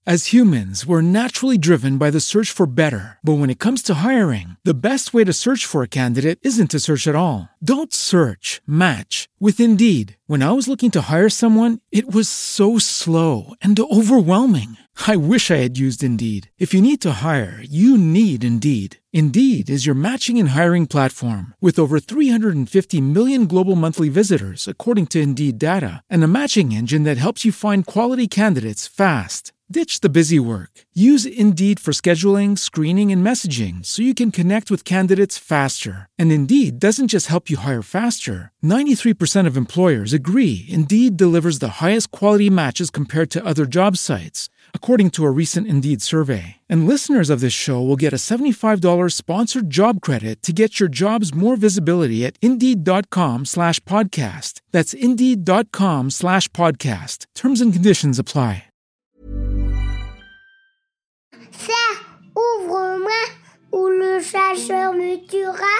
As humans, we're naturally driven by the search for better. But when it comes to hiring, the best way to search for a candidate isn't to search at all. Don't search, match with Indeed. When I was looking to hire someone, it was so slow and overwhelming. I wish I had used Indeed. If you need to hire, you need Indeed. Indeed is your matching and hiring platform with over 350 million global monthly visitors, according to Indeed data, and a matching engine that helps you find quality candidates fast. Ditch the busy work. Use Indeed for scheduling, screening, and messaging so you can connect with candidates faster. And Indeed doesn't just help you hire faster. 93% of employers agree Indeed delivers the highest quality matches compared to other job sites, according to a recent Indeed survey. And listeners of this show will get a $75 sponsored job credit to get your jobs more visibility at Indeed.com/podcast. That's Indeed.com/podcast. Terms and conditions apply. Serre, ouvre-moi, ou le chasseur me tuera.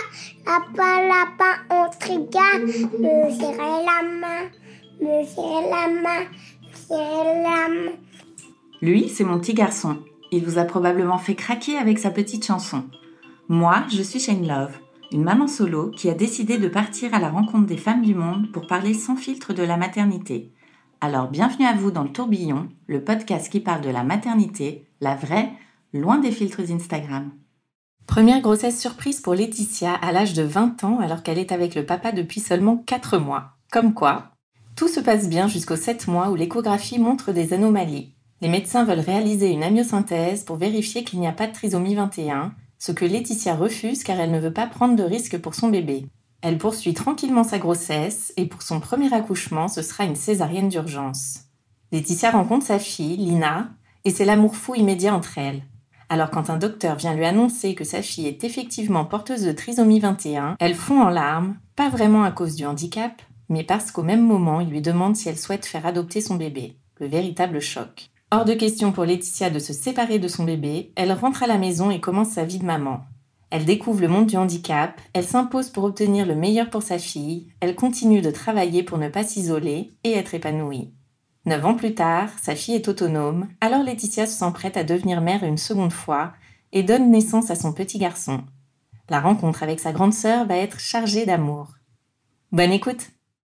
Lapin, on triga. Me serrer la main, me serrer la main, me serrer la main. Lui, c'est mon petit garçon. Il vous a probablement fait craquer avec sa petite chanson. Moi, je suis Shane Love, une maman solo qui a décidé de partir à la rencontre des femmes du monde pour parler sans filtre de la maternité. Alors bienvenue à vous dans le Tourbillon, le podcast qui parle de la maternité, la vraie, loin des filtres Instagram. Première grossesse surprise pour Laetitia à l'âge de 20 ans alors qu'elle est avec le papa depuis seulement 4 mois. Comme quoi, tout se passe bien jusqu'aux 7 mois où l'échographie montre des anomalies. Les médecins veulent réaliser une amniosynthèse pour vérifier qu'il n'y a pas de trisomie 21, ce que Laetitia refuse car elle ne veut pas prendre de risque pour son bébé. Elle poursuit tranquillement sa grossesse et pour son premier accouchement, ce sera une césarienne d'urgence. Laetitia rencontre sa fille, Lina, et c'est l'amour fou immédiat entre elles. Alors quand un docteur vient lui annoncer que sa fille est effectivement porteuse de trisomie 21, elle fond en larmes, pas vraiment à cause du handicap, mais parce qu'au même moment, il lui demande si elle souhaite faire adopter son bébé. Le véritable choc. Hors de question pour Laetitia de se séparer de son bébé, elle rentre à la maison et commence sa vie de maman. Elle découvre le monde du handicap, elle s'impose pour obtenir le meilleur pour sa fille, elle continue de travailler pour ne pas s'isoler et être épanouie. 9 ans plus tard, sa fille est autonome, alors Laetitia se sent prête à devenir mère une seconde fois et donne naissance à son petit garçon. La rencontre avec sa grande sœur va être chargée d'amour. Bonne écoute!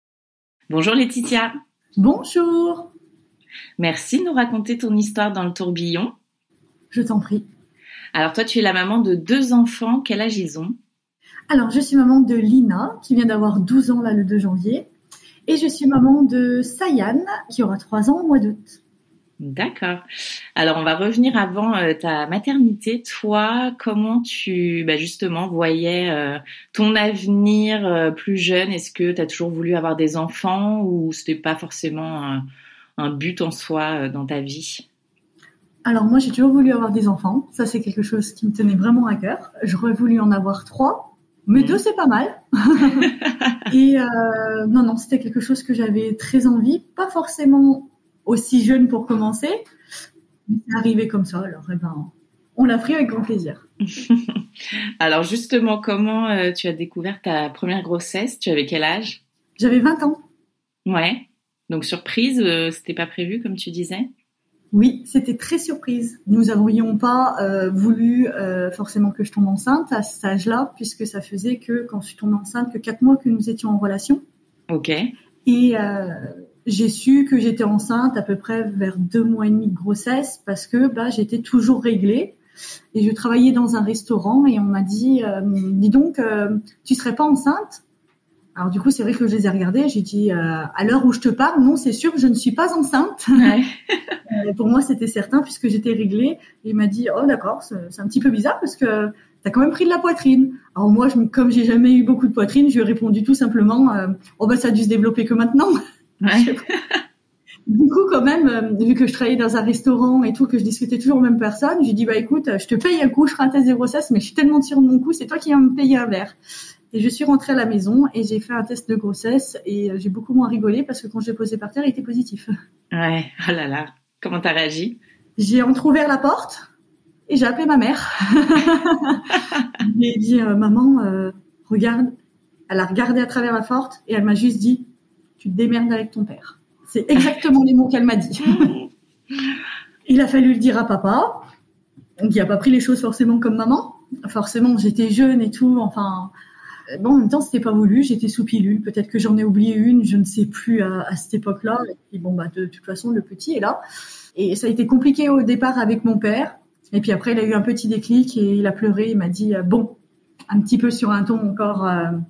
Bonjour Laetitia! Bonjour! Merci de nous raconter ton histoire dans le tourbillon. Je t'en prie. Alors toi, tu es la maman de 2 enfants. Quel âge ils ont ? Alors, je suis maman de Lina, qui vient d'avoir 12 ans là, le 2 janvier. Et je suis maman de Sayan, qui aura 3 ans au mois d'août. D'accord. Alors, on va revenir avant ta maternité. Toi, comment tu justement voyais ton avenir plus jeune ? Est-ce que tu as toujours voulu avoir des enfants ou c'était pas forcément un but en soi dans ta vie ? Alors moi, j'ai toujours voulu avoir des enfants. Ça, c'est quelque chose qui me tenait vraiment à cœur. J'aurais voulu en avoir 3, mais 2, c'est pas mal. Et non, c'était quelque chose que j'avais très envie. Pas forcément aussi jeune pour commencer, mais c'est arrivé comme ça. Alors, on l'a pris avec grand plaisir. Alors justement, comment tu as découvert ta première grossesse ? Tu avais quel âge ? J'avais 20 ans. Ouais. Donc surprise, c'était pas prévu comme tu disais ? Oui, c'était très surprise. Nous n'aurions pas voulu forcément que je tombe enceinte à cet âge-là, puisque ça faisait que quand je suis tombée enceinte, que 4 mois que nous étions en relation. Ok. Et j'ai su que j'étais enceinte à peu près vers 2 mois et demi de grossesse, parce que j'étais toujours réglée. Et je travaillais dans un restaurant et on m'a dit, dis donc, tu serais pas enceinte ? Alors du coup, c'est vrai que je les ai regardés. J'ai dit, à l'heure où je te parle, non, c'est sûr, je ne suis pas enceinte. Ouais. Pour moi, c'était certain puisque j'étais réglée. Et il m'a dit, oh d'accord, c'est un petit peu bizarre parce que t'as quand même pris de la poitrine. Alors moi, comme j'ai jamais eu beaucoup de poitrine, je lui ai répondu tout simplement, ça a dû se développer que maintenant. Ouais. Du coup, quand même, vu que je travaillais dans un restaurant et tout, que je discutais toujours aux mêmes personnes, j'ai dit, écoute, je te paye un coup, je ferai un test de grossesse, mais je suis tellement sûre de mon coup, c'est toi qui vas me payer un verre. Et je suis rentrée à la maison et j'ai fait un test de grossesse et j'ai beaucoup moins rigolé parce que quand je l'ai posé par terre, il était positif. Ouais, oh là là. Comment t'as réagi ? J'ai entrouvert la porte et j'ai appelé ma mère. J'ai dit, maman, regarde. Elle a regardé à travers la porte et elle m'a juste dit, tu te démerdes avec ton père. C'est exactement les mots qu'elle m'a dit. Il a fallu le dire à papa. Donc, il n'a pas pris les choses forcément comme maman. Forcément, j'étais jeune et tout. Enfin, bon, en même temps, c'était pas voulu. J'étais sous pilule. Peut-être que j'en ai oublié une. Je ne sais plus à cette époque-là. Et puis, bon, de toute façon, le petit est là. Et ça a été compliqué au départ avec mon père. Et puis après, il a eu un petit déclic et il a pleuré. Il m'a dit, bon, un petit peu sur un ton encore,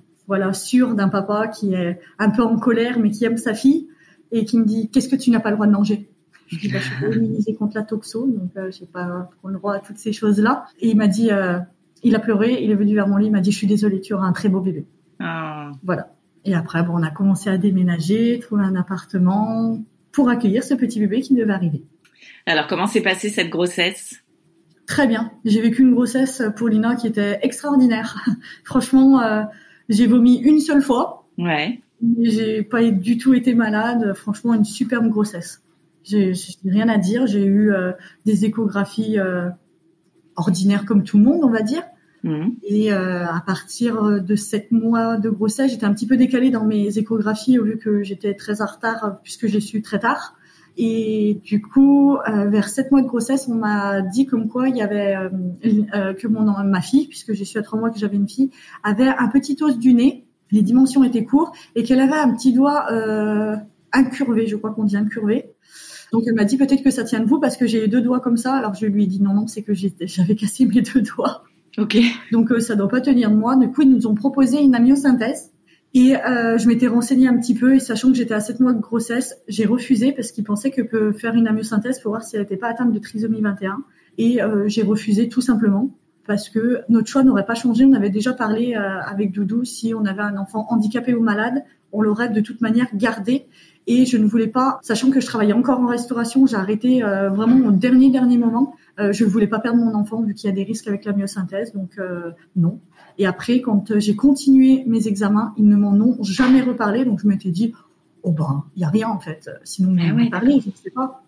sûr d'un papa qui est un peu en colère, mais qui aime sa fille et qui me dit, qu'est-ce que tu n'as pas le droit de manger? Je dis, je suis pas immunisée contre la toxo, donc j'ai pas le droit à toutes ces choses-là. Et il m'a dit, il a pleuré, il est venu vers mon lit, il m'a dit, je suis désolée, tu auras un très beau bébé. Voilà. Et après, on a commencé à déménager, trouver un appartement pour accueillir ce petit bébé qui devait arriver. Alors, comment s'est passée cette grossesse? Très bien. J'ai vécu une grossesse pour Lina qui était extraordinaire. Franchement, j'ai vomi une seule fois. Ouais. J'ai pas du tout été malade. Franchement, une superbe grossesse. J'ai rien à dire. J'ai eu des échographies ordinaires comme tout le monde, on va dire. Et à partir de 7 mois de grossesse, j'étais un petit peu décalée dans mes échographies vu que j'étais très en retard puisque j'ai su très tard. Et du coup, vers 7 mois de grossesse, on m'a dit comme quoi il y avait que ma fille, puisque j'ai su à 3 mois que j'avais une fille, avait un petit os du nez. Les dimensions étaient courtes et qu'elle avait un petit doigt incurvé, je crois qu'on dit incurvé. Donc elle m'a dit peut-être que ça tient de vous parce que j'ai 2 doigts comme ça. Alors je lui ai dit non, c'est que j'avais cassé mes 2 doigts. Ok. Donc ça doit pas tenir de moi. Du coup ils nous ont proposé une amniosynthèse. Et je m'étais renseignée un petit peu et sachant que j'étais à 7 mois de grossesse, j'ai refusé parce qu'ils pensaient que peut faire une amniosynthèse pour voir si elle n'était pas atteinte de trisomie 21. Et j'ai refusé tout simplement parce que notre choix n'aurait pas changé. On avait déjà parlé avec Doudou, si on avait un enfant handicapé ou malade, on l'aurait de toute manière gardé. Et je ne voulais pas, sachant que je travaillais encore en restauration, j'ai arrêté vraiment au dernier moment. Je ne voulais pas perdre mon enfant vu qu'il y a des risques avec l'amniosynthèse, donc non. Et après, quand j'ai continué mes examens, ils ne m'en ont jamais reparlé. Donc, je m'étais dit, il n'y a rien en fait. Sinon, on m'en parlé, je ne sais pas.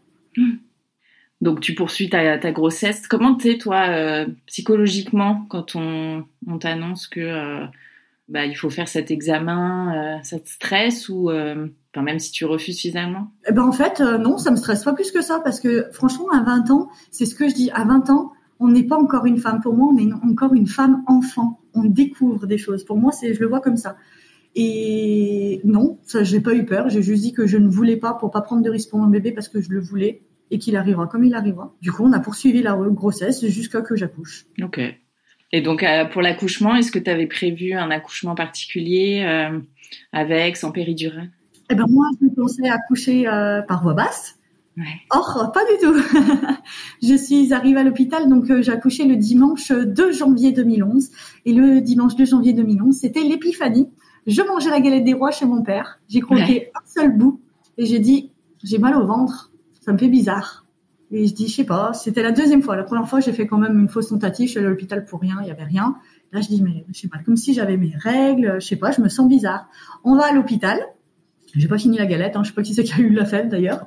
Donc, tu poursuis ta grossesse. Comment t'es, toi, psychologiquement, quand on t'annonce que il faut faire cet examen, ça te stresse ou même si tu refuses finalement? En fait, non, ça me stresse pas plus que ça parce que franchement, à 20 ans, c'est ce que je dis, à 20 ans, on n'est pas encore une femme. Pour moi, on est encore une femme enfant. On découvre des choses. Pour moi, je le vois comme ça. Et non, ça, j'ai pas eu peur. J'ai juste dit que je ne voulais pas pour pas prendre de risque pour mon bébé parce que je le voulais et qu'il arrivera comme il arrivera. Du coup, on a poursuivi la grossesse jusqu'à que j'accouche. Ok. Et donc, pour l'accouchement, est-ce que tu avais prévu un accouchement particulier avec, sans péridurale? Moi, je pensais accoucher par voie basse. Ouais. Or, pas du tout. Je suis arrivée à l'hôpital, donc j'ai accouché le dimanche 2 janvier 2011. Et le dimanche 2 janvier 2011, c'était l'épiphanie. Je mangeais la galette des rois chez mon père. J'ai croqué un seul bout et j'ai dit, j'ai mal au ventre, ça me fait bizarre. Et je dis, je sais pas, c'était la 2e fois. La première fois, j'ai fait quand même une fausse tentative. Je suis allée à l'hôpital pour rien, il y avait rien. Là, je dis, mais je sais pas, comme si j'avais mes règles, je sais pas, je me sens bizarre. On va à l'hôpital. J'ai pas fini la galette, je sais pas qui c'est qui a eu la fête d'ailleurs.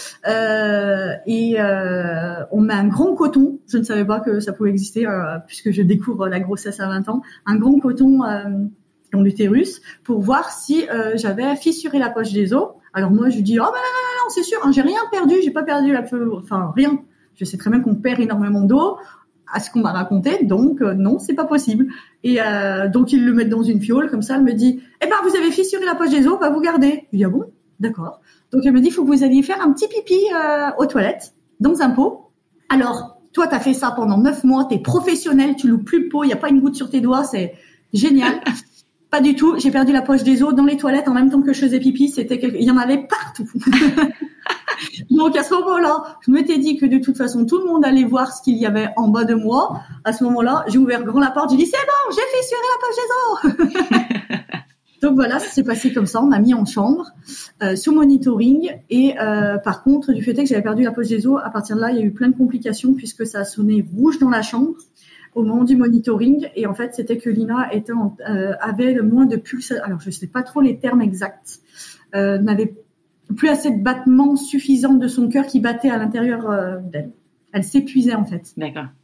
On met un grand coton, je ne savais pas que ça pouvait exister puisque je découvre la grossesse à 20 ans, un grand coton dans l'utérus pour voir si j'avais fissuré la poche des os. Alors moi je dis non, c'est sûr, j'ai rien perdu, j'ai pas perdu rien. Je sais très bien qu'on perd énormément d'eau à ce qu'on m'a raconté, donc non, c'est pas possible. Et donc ils le mettent dans une fiole, comme ça, elle me dit, vous avez fissuré la poche des os, vous garder. Je dis, ah bon, d'accord. Donc elle me dit, il faut que vous alliez faire un petit pipi aux toilettes, dans un pot. Alors, toi, t'as fait ça pendant 9 mois, t'es professionnel, tu loupes plus le pot, il n'y a pas une goutte sur tes doigts, c'est génial. Pas du tout, j'ai perdu la poche des os dans les toilettes en même temps que je faisais pipi, il y en avait partout. Donc à ce moment-là, je m'étais dit que de toute façon tout le monde allait voir ce qu'il y avait en bas de moi. À ce moment-là, j'ai ouvert grand la porte, j'ai dit c'est bon, j'ai fissuré la poche des os. Donc voilà, ça s'est passé comme ça, on m'a mis en chambre sous monitoring et par contre du fait que j'avais perdu la poche des os, à partir de là, il y a eu plein de complications puisque ça a sonné rouge dans la chambre au moment du monitoring et en fait, c'était que Lina avait le moins de pulsation. Alors je sais pas trop les termes exacts. N'avait plus assez de battements suffisants de son cœur qui battait à l'intérieur d'elle. Elle s'épuisait en fait. D'accord.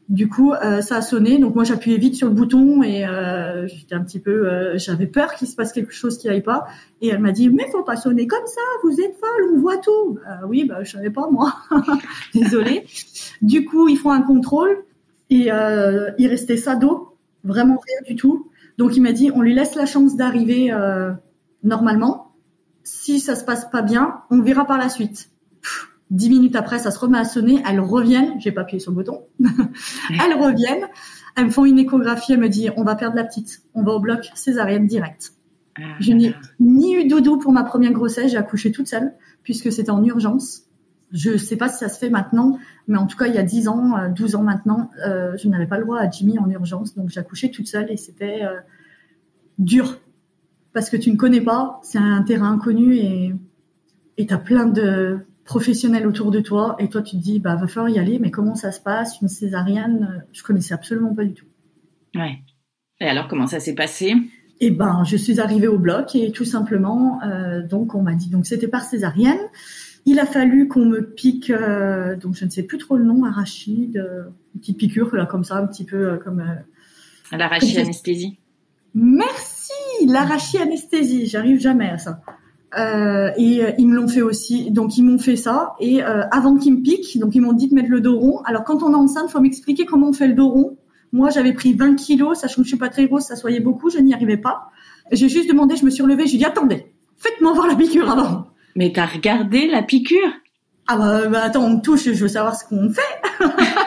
Du coup, ça a sonné. Donc moi, j'appuyais vite sur le bouton et j'étais un petit peu, j'avais peur qu'il se passe quelque chose qui aille pas. Et elle m'a dit, mais faut pas sonner comme ça. Vous êtes folle, on voit tout. Oui, je savais pas moi. Désolée. Du coup, ils font un contrôle et il restait ça d'eau, vraiment rien du tout. Donc il m'a dit, on lui laisse la chance d'arriver normalement. Si ça se passe pas bien, on verra par la suite. 10 minutes après, ça se remet à sonner, elles reviennent, j'ai pas appuyé sur le bouton, elles reviennent, elles me font une échographie, elles me disent, on va perdre la petite, on va au bloc césarienne direct. Je n'ai ni eu doudou pour ma première grossesse, j'ai accouché toute seule, puisque c'était en urgence. Je sais pas si ça se fait maintenant, mais en tout cas, il y a 10 ans, 12 ans maintenant, je n'avais pas le droit à Jimmy en urgence, donc j'ai accouché toute seule et c'était dur. Parce que tu ne connais pas, c'est un terrain inconnu et t'as plein de professionnels autour de toi et toi tu te dis va falloir y aller, mais comment ça se passe une césarienne, je connaissais absolument pas du tout. Ouais. Et alors comment ça s'est passé? Et je suis arrivée au bloc et tout simplement donc on m'a dit donc c'était par césarienne. Il a fallu qu'on me pique donc je ne sais plus trop le nom, arachide, une petite piqûre là comme ça un petit peu comme l'arachie-anesthésie. Merci, l'arachie-anesthésie, j'arrive jamais à ça. Et ils me l'ont fait aussi, donc ils m'ont fait ça et avant qu'ils me piquent, donc ils m'ont dit de mettre le dos rond. Alors quand on est enceinte, faut m'expliquer comment on fait le dos rond. Moi j'avais pris 20 kilos, sachant que je suis pas très grosse, ça soyait beaucoup, je n'y arrivais pas. J'ai juste demandé, je me suis relevée, j'ai dit attendez, faites-moi voir la piqûre avant. Mais t'as regardé la piqûre? Attends, on me touche, je veux savoir ce qu'on fait.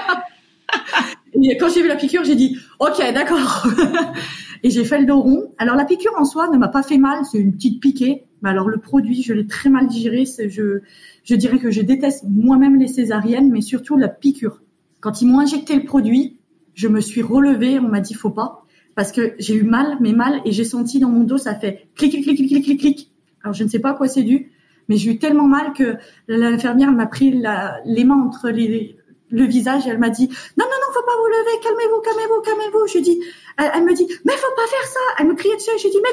Et quand j'ai vu la piqûre, j'ai dit ok d'accord. Et j'ai fait le dos rond. Alors la piqûre en soi ne m'a pas fait mal, c'est une petite piquée. Mais alors le produit, je l'ai très mal digéré. Je dirais que je déteste moi-même les césariennes, mais surtout la piqûre. Quand ils m'ont injecté le produit, je me suis relevée. On m'a dit faut pas, parce que j'ai eu mal, et j'ai senti dans mon dos ça fait clic clic clic clic clic clic clic. Alors je ne sais pas à quoi c'est dû, mais j'ai eu tellement mal que l'infirmière m'a pris les mains entre le visage et elle m'a dit non, faut pas vous lever, calmez-vous. Je dis, elle me dit, mais faut pas faire ça. Elle me criait dessus, je dis,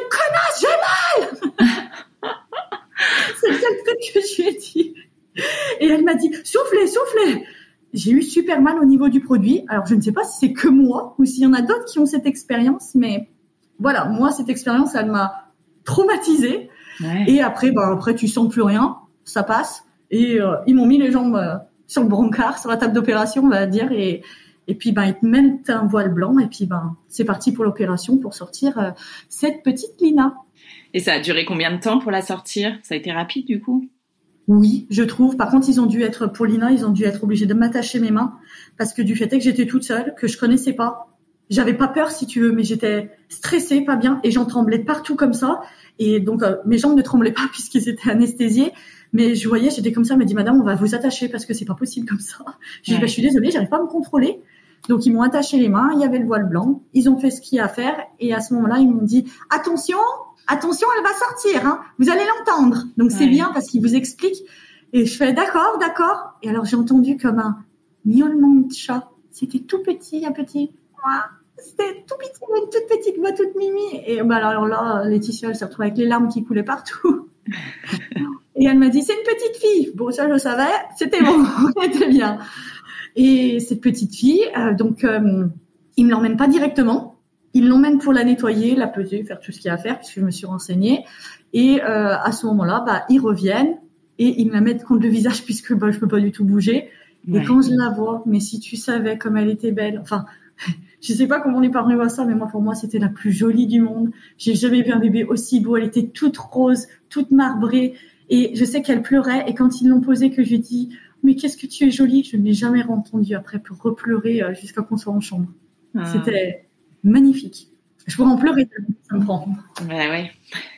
mais connasse, j'ai mal. C'est le seul truc que je lui ai dit. Et elle m'a dit, soufflez. J'ai eu super mal au niveau du produit. Alors je ne sais pas si c'est que moi ou s'il y en a d'autres qui ont cette expérience, mais voilà, moi cette expérience, elle m'a traumatisée. Ouais. Et après tu sens plus rien, ça passe. Et ils m'ont mis les jambes sur le brancard, sur la table d'opération, on va dire, et puis ils te mettent un voile blanc et puis c'est parti pour l'opération pour sortir cette petite Lina. Et ça a duré combien de temps pour la sortir? Ça a été rapide du coup? Oui, je trouve. Par contre, pour Lina, ils ont dû être obligés de m'attacher mes mains parce que du fait que j'étais toute seule, que je connaissais pas, j'avais pas peur si tu veux, mais j'étais stressée, pas bien, et j'en tremblais partout comme ça. Et donc mes jambes ne tremblaient pas puisqu'ils étaient anesthésiés. Mais je voyais, j'étais comme ça, elle m'a dit, madame, on va vous attacher parce que c'est pas possible comme ça. J'ai dit, je suis désolée, j'arrive pas à me contrôler. Donc, ils m'ont attaché les mains, il y avait le voile blanc, ils ont fait ce qu'il y a à faire, et à ce moment-là, ils m'ont dit, attention, elle va sortir, hein, vous allez l'entendre. Donc, c'est bien parce qu'ils vous expliquent. Et je fais, d'accord. Et alors, j'ai entendu comme un miaulement de chat. C'était tout petit, c'était tout petit, une toute petite voix, toute mimi. Et alors là, Laetitia, elle s'est retrouvée avec les larmes qui coulaient partout. Et elle m'a dit, c'est une petite fille. Bon, ça, je le savais. C'était bon. C'était bien. Et cette petite fille, ils me l'emmènent pas directement. Ils l'emmènent pour la nettoyer, la peser, faire tout ce qu'il y a à faire, puisque je me suis renseignée. Et à ce moment-là, ils reviennent et ils me la mettent contre le visage, puisque je peux pas du tout bouger. Ouais. Et quand je la vois, mais si tu savais comme elle était belle. Enfin, je sais pas comment les parents voient ça, mais pour moi, c'était la plus jolie du monde. J'ai jamais vu un bébé aussi beau. Elle était toute rose, toute marbrée. Et je sais qu'elle pleurait. Et quand ils l'ont posée, que je lui ai dit, mais qu'est-ce que tu es jolie, je ne l'ai jamais entendue après pour repleurer jusqu'à qu'on soit en chambre. C'était magnifique. Je pourrais en pleurer, ça me prend. Ouais.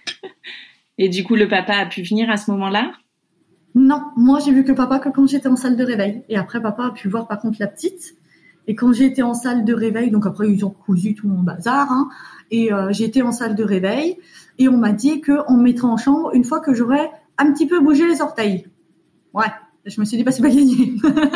Et du coup, le papa a pu venir à ce moment-là? Non, moi j'ai vu que papa que quand j'étais en salle de réveil. Et après, papa a pu voir par contre la petite. Et quand j'étais en salle de réveil, donc après ils ont cousu tout mon bazar, hein, et j'étais en salle de réveil, et on m'a dit qu'on me mettrait en chambre une fois que j'aurais un petit peu bougé les orteils. Ouais. Je me suis dit, c'est pas gagné.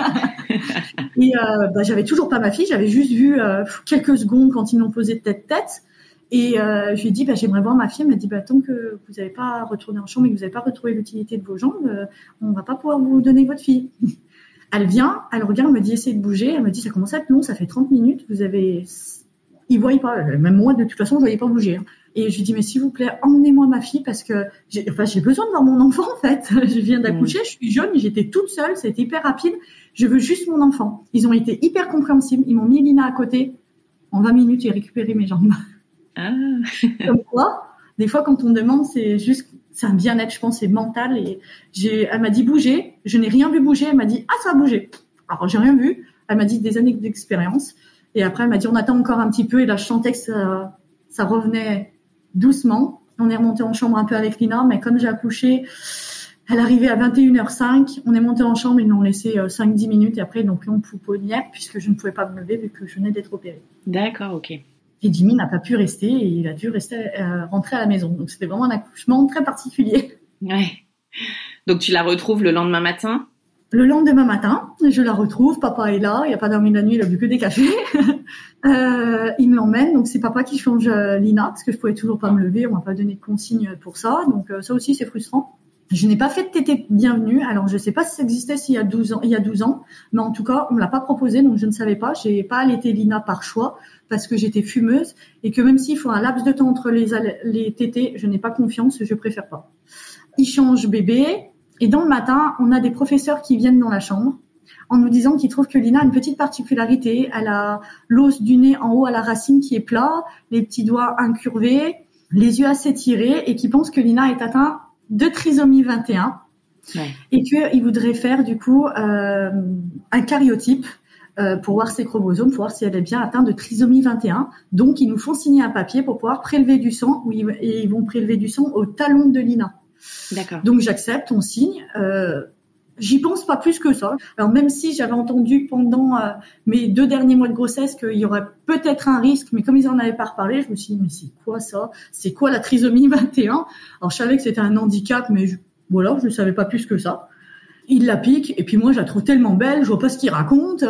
Et j'avais toujours pas ma fille, j'avais juste vu quelques secondes quand ils m'ont posé tête. Et je lui ai dit, j'aimerais voir ma fille. Elle m'a dit, tant que vous n'avez pas retourné en chambre et que vous n'avez pas retrouvé l'utilité de vos jambes, on va pas pouvoir vous donner votre fille. Elle vient, elle regarde, me dit essayez de bouger. Elle me dit ça commence à être long, ça fait 30 minutes. Ils voyaient pas, même moi de toute façon je voyais pas bouger. Et je lui dis mais s'il vous plaît emmenez-moi ma fille parce que j'ai besoin de voir mon enfant en fait. Je viens d'accoucher, je suis jeune, j'étais toute seule, c'était hyper rapide. Je veux juste mon enfant. Ils ont été hyper compréhensibles. Ils m'ont mis Lina à côté. En 20 minutes j'ai récupéré mes jambes. Ah. Comme quoi, des fois quand on demande c'est un bien-être, je pense, c'est mental. Et elle m'a dit bouger. Je n'ai rien vu bouger. Elle m'a dit ça a bougé. Alors j'ai rien vu. Elle m'a dit des années d'expérience. Et après elle m'a dit on attend encore un petit peu. Et là je sentais que ça revenait doucement. On est remonté en chambre un peu avec Lina, mais comme j'ai accouché, elle arrivait à 21h05. On est monté en chambre, ils m'ont laissé 5-10 minutes. Et après donc on pouponnière puisque je ne pouvais pas me lever vu que je venais d'être opérée. D'accord, ok. Et Jimmy n'a pas pu rester et il a dû rentrer à la maison. Donc, c'était vraiment un accouchement très particulier. Ouais. Donc, tu la retrouves le lendemain matin ? Le lendemain matin, je la retrouve. Papa est là. Il n'a pas dormi la nuit. Il a bu que des cafés. Il me l'emmène. Donc, c'est papa qui change Lina parce que je pouvais toujours pas me lever. On m'a pas donné de consigne pour ça. Donc, ça aussi, c'est frustrant. Je n'ai pas fait de tétée bienvenue. Alors, je sais pas si ça existait il y a 12 ans. Mais en tout cas, on me l'a pas proposé. Donc, je ne savais pas. J'ai pas allaité Lina par choix parce que j'étais fumeuse et que même s'il faut un laps de temps entre les tétées, je n'ai pas confiance, je préfère pas. Ils changent bébé et dans le matin, on a des professeurs qui viennent dans la chambre en nous disant qu'ils trouvent que Lina a une petite particularité. Elle a l'os du nez en haut à la racine qui est plat, les petits doigts incurvés, les yeux assez tirés et qui pensent que Lina est atteinte de trisomie 21 et qu'ils voudraient faire du coup un karyotype pour voir ses chromosomes, pour voir si elle est bien atteinte de trisomie 21. Donc, ils nous font signer un papier pour pouvoir prélever du sang et ils vont prélever du sang au talon de Lina. D'accord. Donc, j'accepte, on signe. J'y pense pas plus que ça. Alors, même si j'avais entendu pendant mes 2 derniers mois de grossesse qu'il y aurait peut-être un risque, mais comme ils en avaient pas reparlé, je me suis dit, mais c'est quoi ça ? C'est quoi la trisomie 21 ? Alors, je savais que c'était un handicap, mais je ne savais pas plus que ça. Il la pique, et puis moi, je la trouve tellement belle, je vois pas ce qu'il raconte.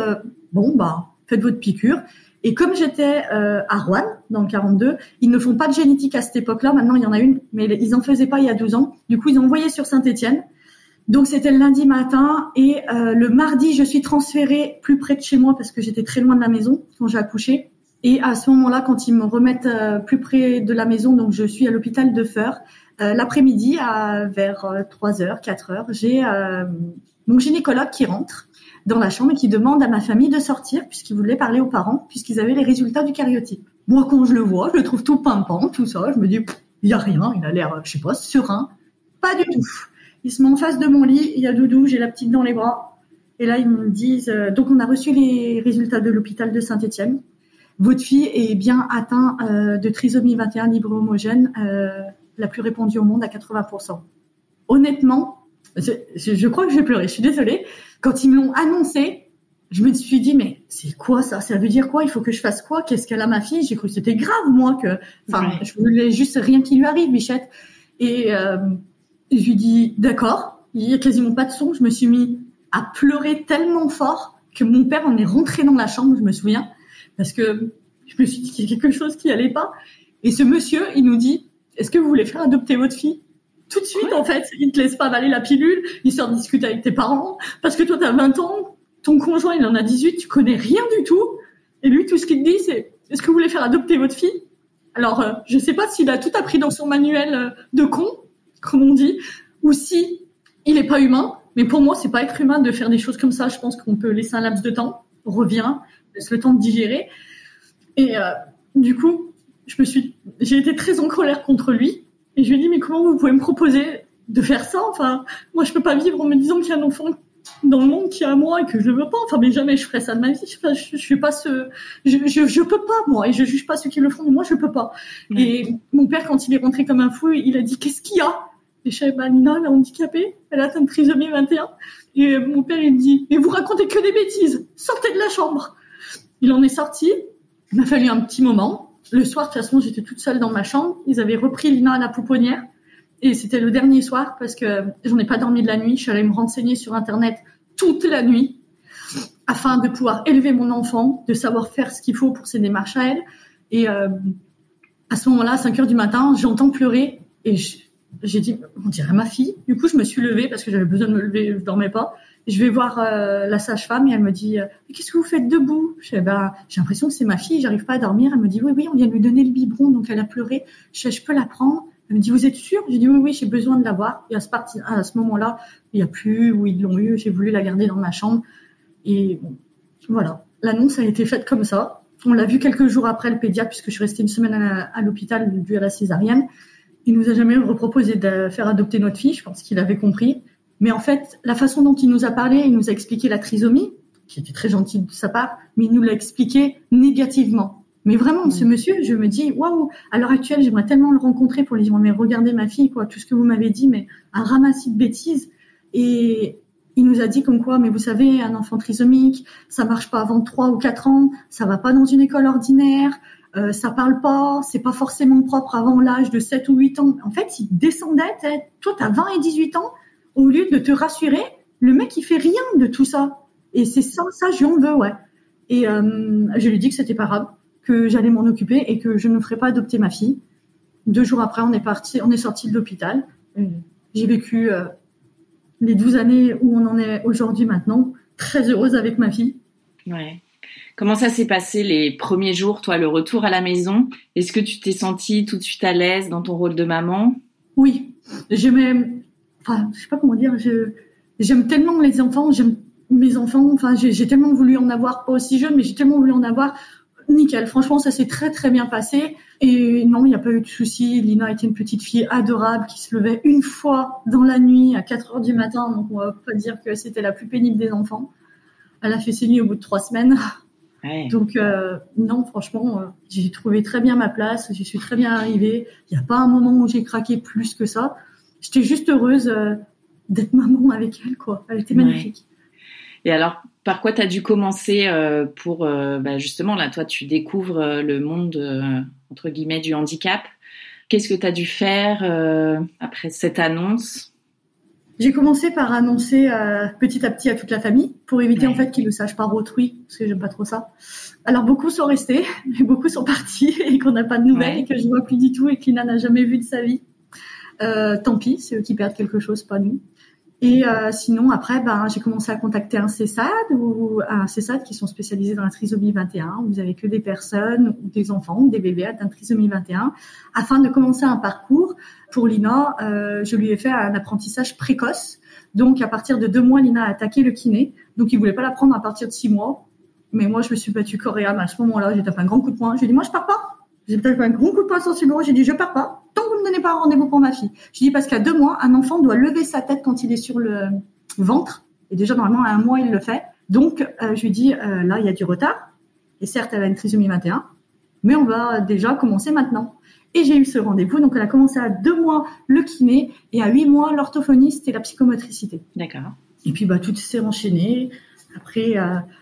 Faites votre piqûre. Et comme j'étais à Rouen, dans le 42, ils ne font pas de génétique à cette époque-là. Maintenant, il y en a une, mais ils en faisaient pas il y a 12 ans. Du coup, ils ont envoyé sur Saint-Étienne. Donc, c'était le lundi matin. Et le mardi, je suis transférée plus près de chez moi parce que j'étais très loin de la maison quand j'ai accouché. Et à ce moment-là, quand ils me remettent plus près de la maison, donc je suis à l'hôpital de Feurs, l'après-midi, vers 3h, 4h, j'ai mon gynécologue qui rentre dans la chambre et qui demande à ma famille de sortir puisqu'ils voulaient parler aux parents, puisqu'ils avaient les résultats du karyotype. Moi, quand je le vois, je le trouve tout pimpant, tout ça. Je me dis, il y a rien, il a l'air, je sais pas, serein. Pas du tout. Il se met en face de mon lit, il y a Doudou, j'ai la petite dans les bras. Et là, ils me disent, donc on a reçu les résultats de l'hôpital de Saint-Étienne. Votre fille est bien atteinte de trisomie 21 libre homogène, la plus répandue au monde à 80%. Honnêtement, je crois que j'ai pleuré, je suis désolée. Quand ils me l'ont annoncé, je me suis dit, mais c'est quoi ça ? Ça veut dire quoi ? Il faut que je fasse quoi ? Qu'est-ce qu'elle a, ma fille ? J'ai cru que c'était grave, moi, je voulais juste rien qui lui arrive, Bichette. Et je lui dis, d'accord, il n'y a quasiment pas de son. Je me suis mis à pleurer tellement fort que mon père en est rentré dans la chambre, je me souviens, parce que je me suis dit qu'il y a quelque chose qui allait pas. Et ce monsieur, il nous dit, est-ce que vous voulez faire adopter votre fille ? Tout de suite, en fait, il te laisse pas avaler la pilule, il sort discuter avec tes parents, parce que toi, t'as 20 ans, ton conjoint, il en a 18, tu connais rien du tout. Et lui, tout ce qu'il te dit, c'est, est-ce que vous voulez faire adopter votre fille ? Alors, je sais pas s'il a tout appris dans son manuel de con, comme on dit, ou si il est pas humain. Mais pour moi, c'est pas être humain de faire des choses comme ça. Je pense qu'on peut laisser un laps de temps, on revient, laisse le temps de digérer. Et du coup, j'ai été très en colère contre lui. Et je lui ai dit, mais comment vous pouvez me proposer de faire ça ? Enfin, moi, je peux pas vivre en me disant qu'il y a un enfant dans le monde qui est à moi et que je le veux pas. Enfin, mais jamais je ferais ça de ma vie. Je suis pas je peux pas, moi. Et je juge pas ceux qui le font, mais moi, je peux pas. Mmh. Et mon père, quand il est rentré comme un fou, il a dit, qu'est-ce qu'il y a ? Et je savais, Nina, elle est handicapée. Elle a atteint de trisomie 21. Et mon père, il me dit, mais vous racontez que des bêtises. Sortez de la chambre. Il en est sorti. Il m'a fallu un petit moment. Le soir, de toute façon, j'étais toute seule dans ma chambre. Ils avaient repris Lina à la pouponnière. Et c'était le dernier soir parce que j'en ai pas dormi de la nuit. Je suis allée me renseigner sur Internet toute la nuit afin de pouvoir élever mon enfant, de savoir faire ce qu'il faut pour ses démarches à elle. Et à ce moment-là, à 5h du matin, j'entends pleurer et j'ai dit, on dirait ma fille. Du coup, je me suis levée parce que j'avais besoin de me lever, je dormais pas. Je vais voir la sage-femme et elle me dit « Qu'est-ce que vous faites debout ?» Je dis « J'ai l'impression que c'est ma fille, j'arrive pas à dormir. » Elle me dit « Oui, on vient de lui donner le biberon, donc elle a pleuré. Je peux la prendre ?» Elle me dit « Vous êtes sûre ?» J'ai dit « Oui, j'ai besoin de la voir. » Et à ce moment-là, il n'y a plus où ils l'ont eu. J'ai voulu la garder dans ma chambre. Et bon, voilà, l'annonce a été faite comme ça. On l'a vu quelques jours après le pédiatre, puisque je suis restée une semaine à l'hôpital dû à la césarienne. Il nous a jamais reproposé de faire adopter notre fille. Je pense qu'il avait compris. Mais en fait, la façon dont il nous a parlé, il nous a expliqué la trisomie, qui était très gentil de sa part, mais il nous l'a expliqué négativement. Mais vraiment, ce monsieur, je me dis, waouh, à l'heure actuelle, j'aimerais tellement le rencontrer pour lui dire, mais regardez ma fille, quoi, tout ce que vous m'avez dit, mais un ramassis de bêtises. Et il nous a dit comme quoi, mais vous savez, un enfant trisomique, ça marche pas avant 3 ou 4 ans, ça va pas dans une école ordinaire, ça parle pas, c'est pas forcément propre avant l'âge de 7 ou 8 ans. En fait, il descendait, toi, t'as 20 et 18 ans, au lieu de te rassurer, le mec, il fait rien de tout ça. Et c'est ça, je lui en veux, ouais. Et je lui ai dit que c'était pas grave, que j'allais m'en occuper et que je ne ferais pas adopter ma fille. 2 jours après, on est sorti de l'hôpital. J'ai vécu les 12 années où on en est aujourd'hui maintenant, très heureuse avec ma fille. Ouais. Comment ça s'est passé les premiers jours, toi, le retour à la maison? Est-ce que tu t'es sentie tout de suite à l'aise dans ton rôle de maman? Oui, je sais pas comment dire, j'aime tellement les enfants, j'aime mes enfants, enfin, j'ai tellement voulu en avoir, pas aussi jeune, mais j'ai tellement voulu en avoir, nickel, franchement, ça s'est très très bien passé, et non, il n'y a pas eu de souci. Lina était une petite fille adorable, qui se levait une fois dans la nuit, à 4h du matin, donc on va pas dire que c'était la plus pénible des enfants. Elle a fait ses nuits au bout de 3 semaines. Ouais. Donc, non, franchement, j'ai trouvé très bien ma place, j'y suis très bien arrivée, il n'y a pas un moment où j'ai craqué plus que ça. J'étais juste heureuse d'être maman avec elle, quoi. Elle était magnifique. Et alors, par quoi tu as dû commencer pour, justement, là, toi, tu découvres le monde, entre guillemets, du handicap. Qu'est-ce que tu as dû faire après cette annonce? J'ai commencé par annoncer petit à petit à toute la famille pour éviter en fait qu'ils le sachent par autrui, parce que j'aime pas trop ça. Alors beaucoup sont restés, mais beaucoup sont partis et qu'on n'a pas de nouvelles et que je vois plus du tout et que Lina n'a jamais vu de sa vie. Tant pis, c'est eux qui perdent quelque chose, pas nous. Et sinon, après, j'ai commencé à contacter un CESAD qui sont spécialisés dans la trisomie 21, où vous avez que des personnes, ou des enfants, ou des bébés atteints de trisomie 21, afin de commencer un parcours. Pour Lina, je lui ai fait un apprentissage précoce. Donc, à partir de 2 mois, Lina a attaqué le kiné. Donc, il voulait pas la prendre à partir de 6 mois. Mais moi, je me suis battue corps et âme à ce moment-là. J'ai tapé un grand coup de poing. J'ai dit, moi, je pars pas. J'ai tapé un grand coup de poing sur le bureau. J'ai dit, je pars pas. Tant que vous me donnez pas un rendez-vous pour ma fille. J'ai dit, parce qu'à 2 mois, un enfant doit lever sa tête quand il est sur le ventre. Et déjà, normalement, à 1 mois, il le fait. Donc, je lui dis, là, il y a du retard. Et certes, elle a une trisomie 21. Mais on va déjà commencer maintenant. Et j'ai eu ce rendez-vous. Donc, elle a commencé à 2 mois le kiné et à 8 mois l'orthophoniste et la psychomotricité. D'accord. Et puis, tout s'est enchaîné. Après,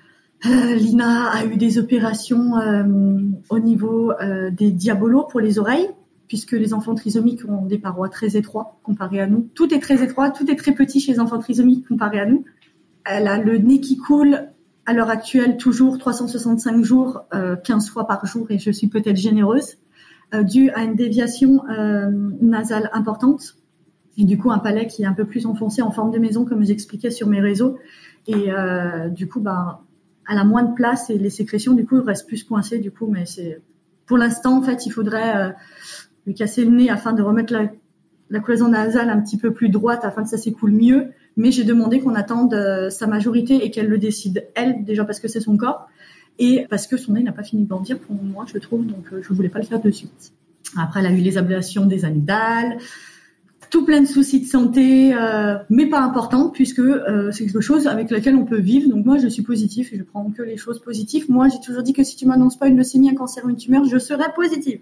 Lina a eu des opérations au niveau des diabolos pour les oreilles, puisque les enfants trisomiques ont des parois très étroites comparé à nous. Tout est très étroit, tout est très petit chez les enfants trisomiques comparé à nous. Elle a le nez qui coule à l'heure actuelle, toujours 365 jours, 15 fois par jour, et je suis peut-être généreuse, dû à une déviation nasale importante, et du coup un palais qui est un peu plus enfoncé en forme de maison, comme j'expliquais sur mes réseaux, et du coup, elle a moins de place et les sécrétions, du coup, restent plus coincées, du coup, mais c'est, pour l'instant, en fait, il faudrait lui casser le nez afin de remettre la cloison nasale un petit peu plus droite afin que ça s'écoule mieux, mais j'ai demandé qu'on attende sa majorité et qu'elle le décide, elle, déjà parce que c'est son corps, et parce que son nez n'a pas fini de grandir pour moi, je trouve, donc je voulais pas le faire de suite. Après, elle a eu les ablations des amygdales, tout plein de soucis de santé, mais pas importants, puisque c'est quelque chose avec laquelle on peut vivre. Donc moi, je suis positive et je prends que les choses positives. Moi, j'ai toujours dit que si tu m'annonces pas une leucémie, un cancer ou une tumeur, je serai positive.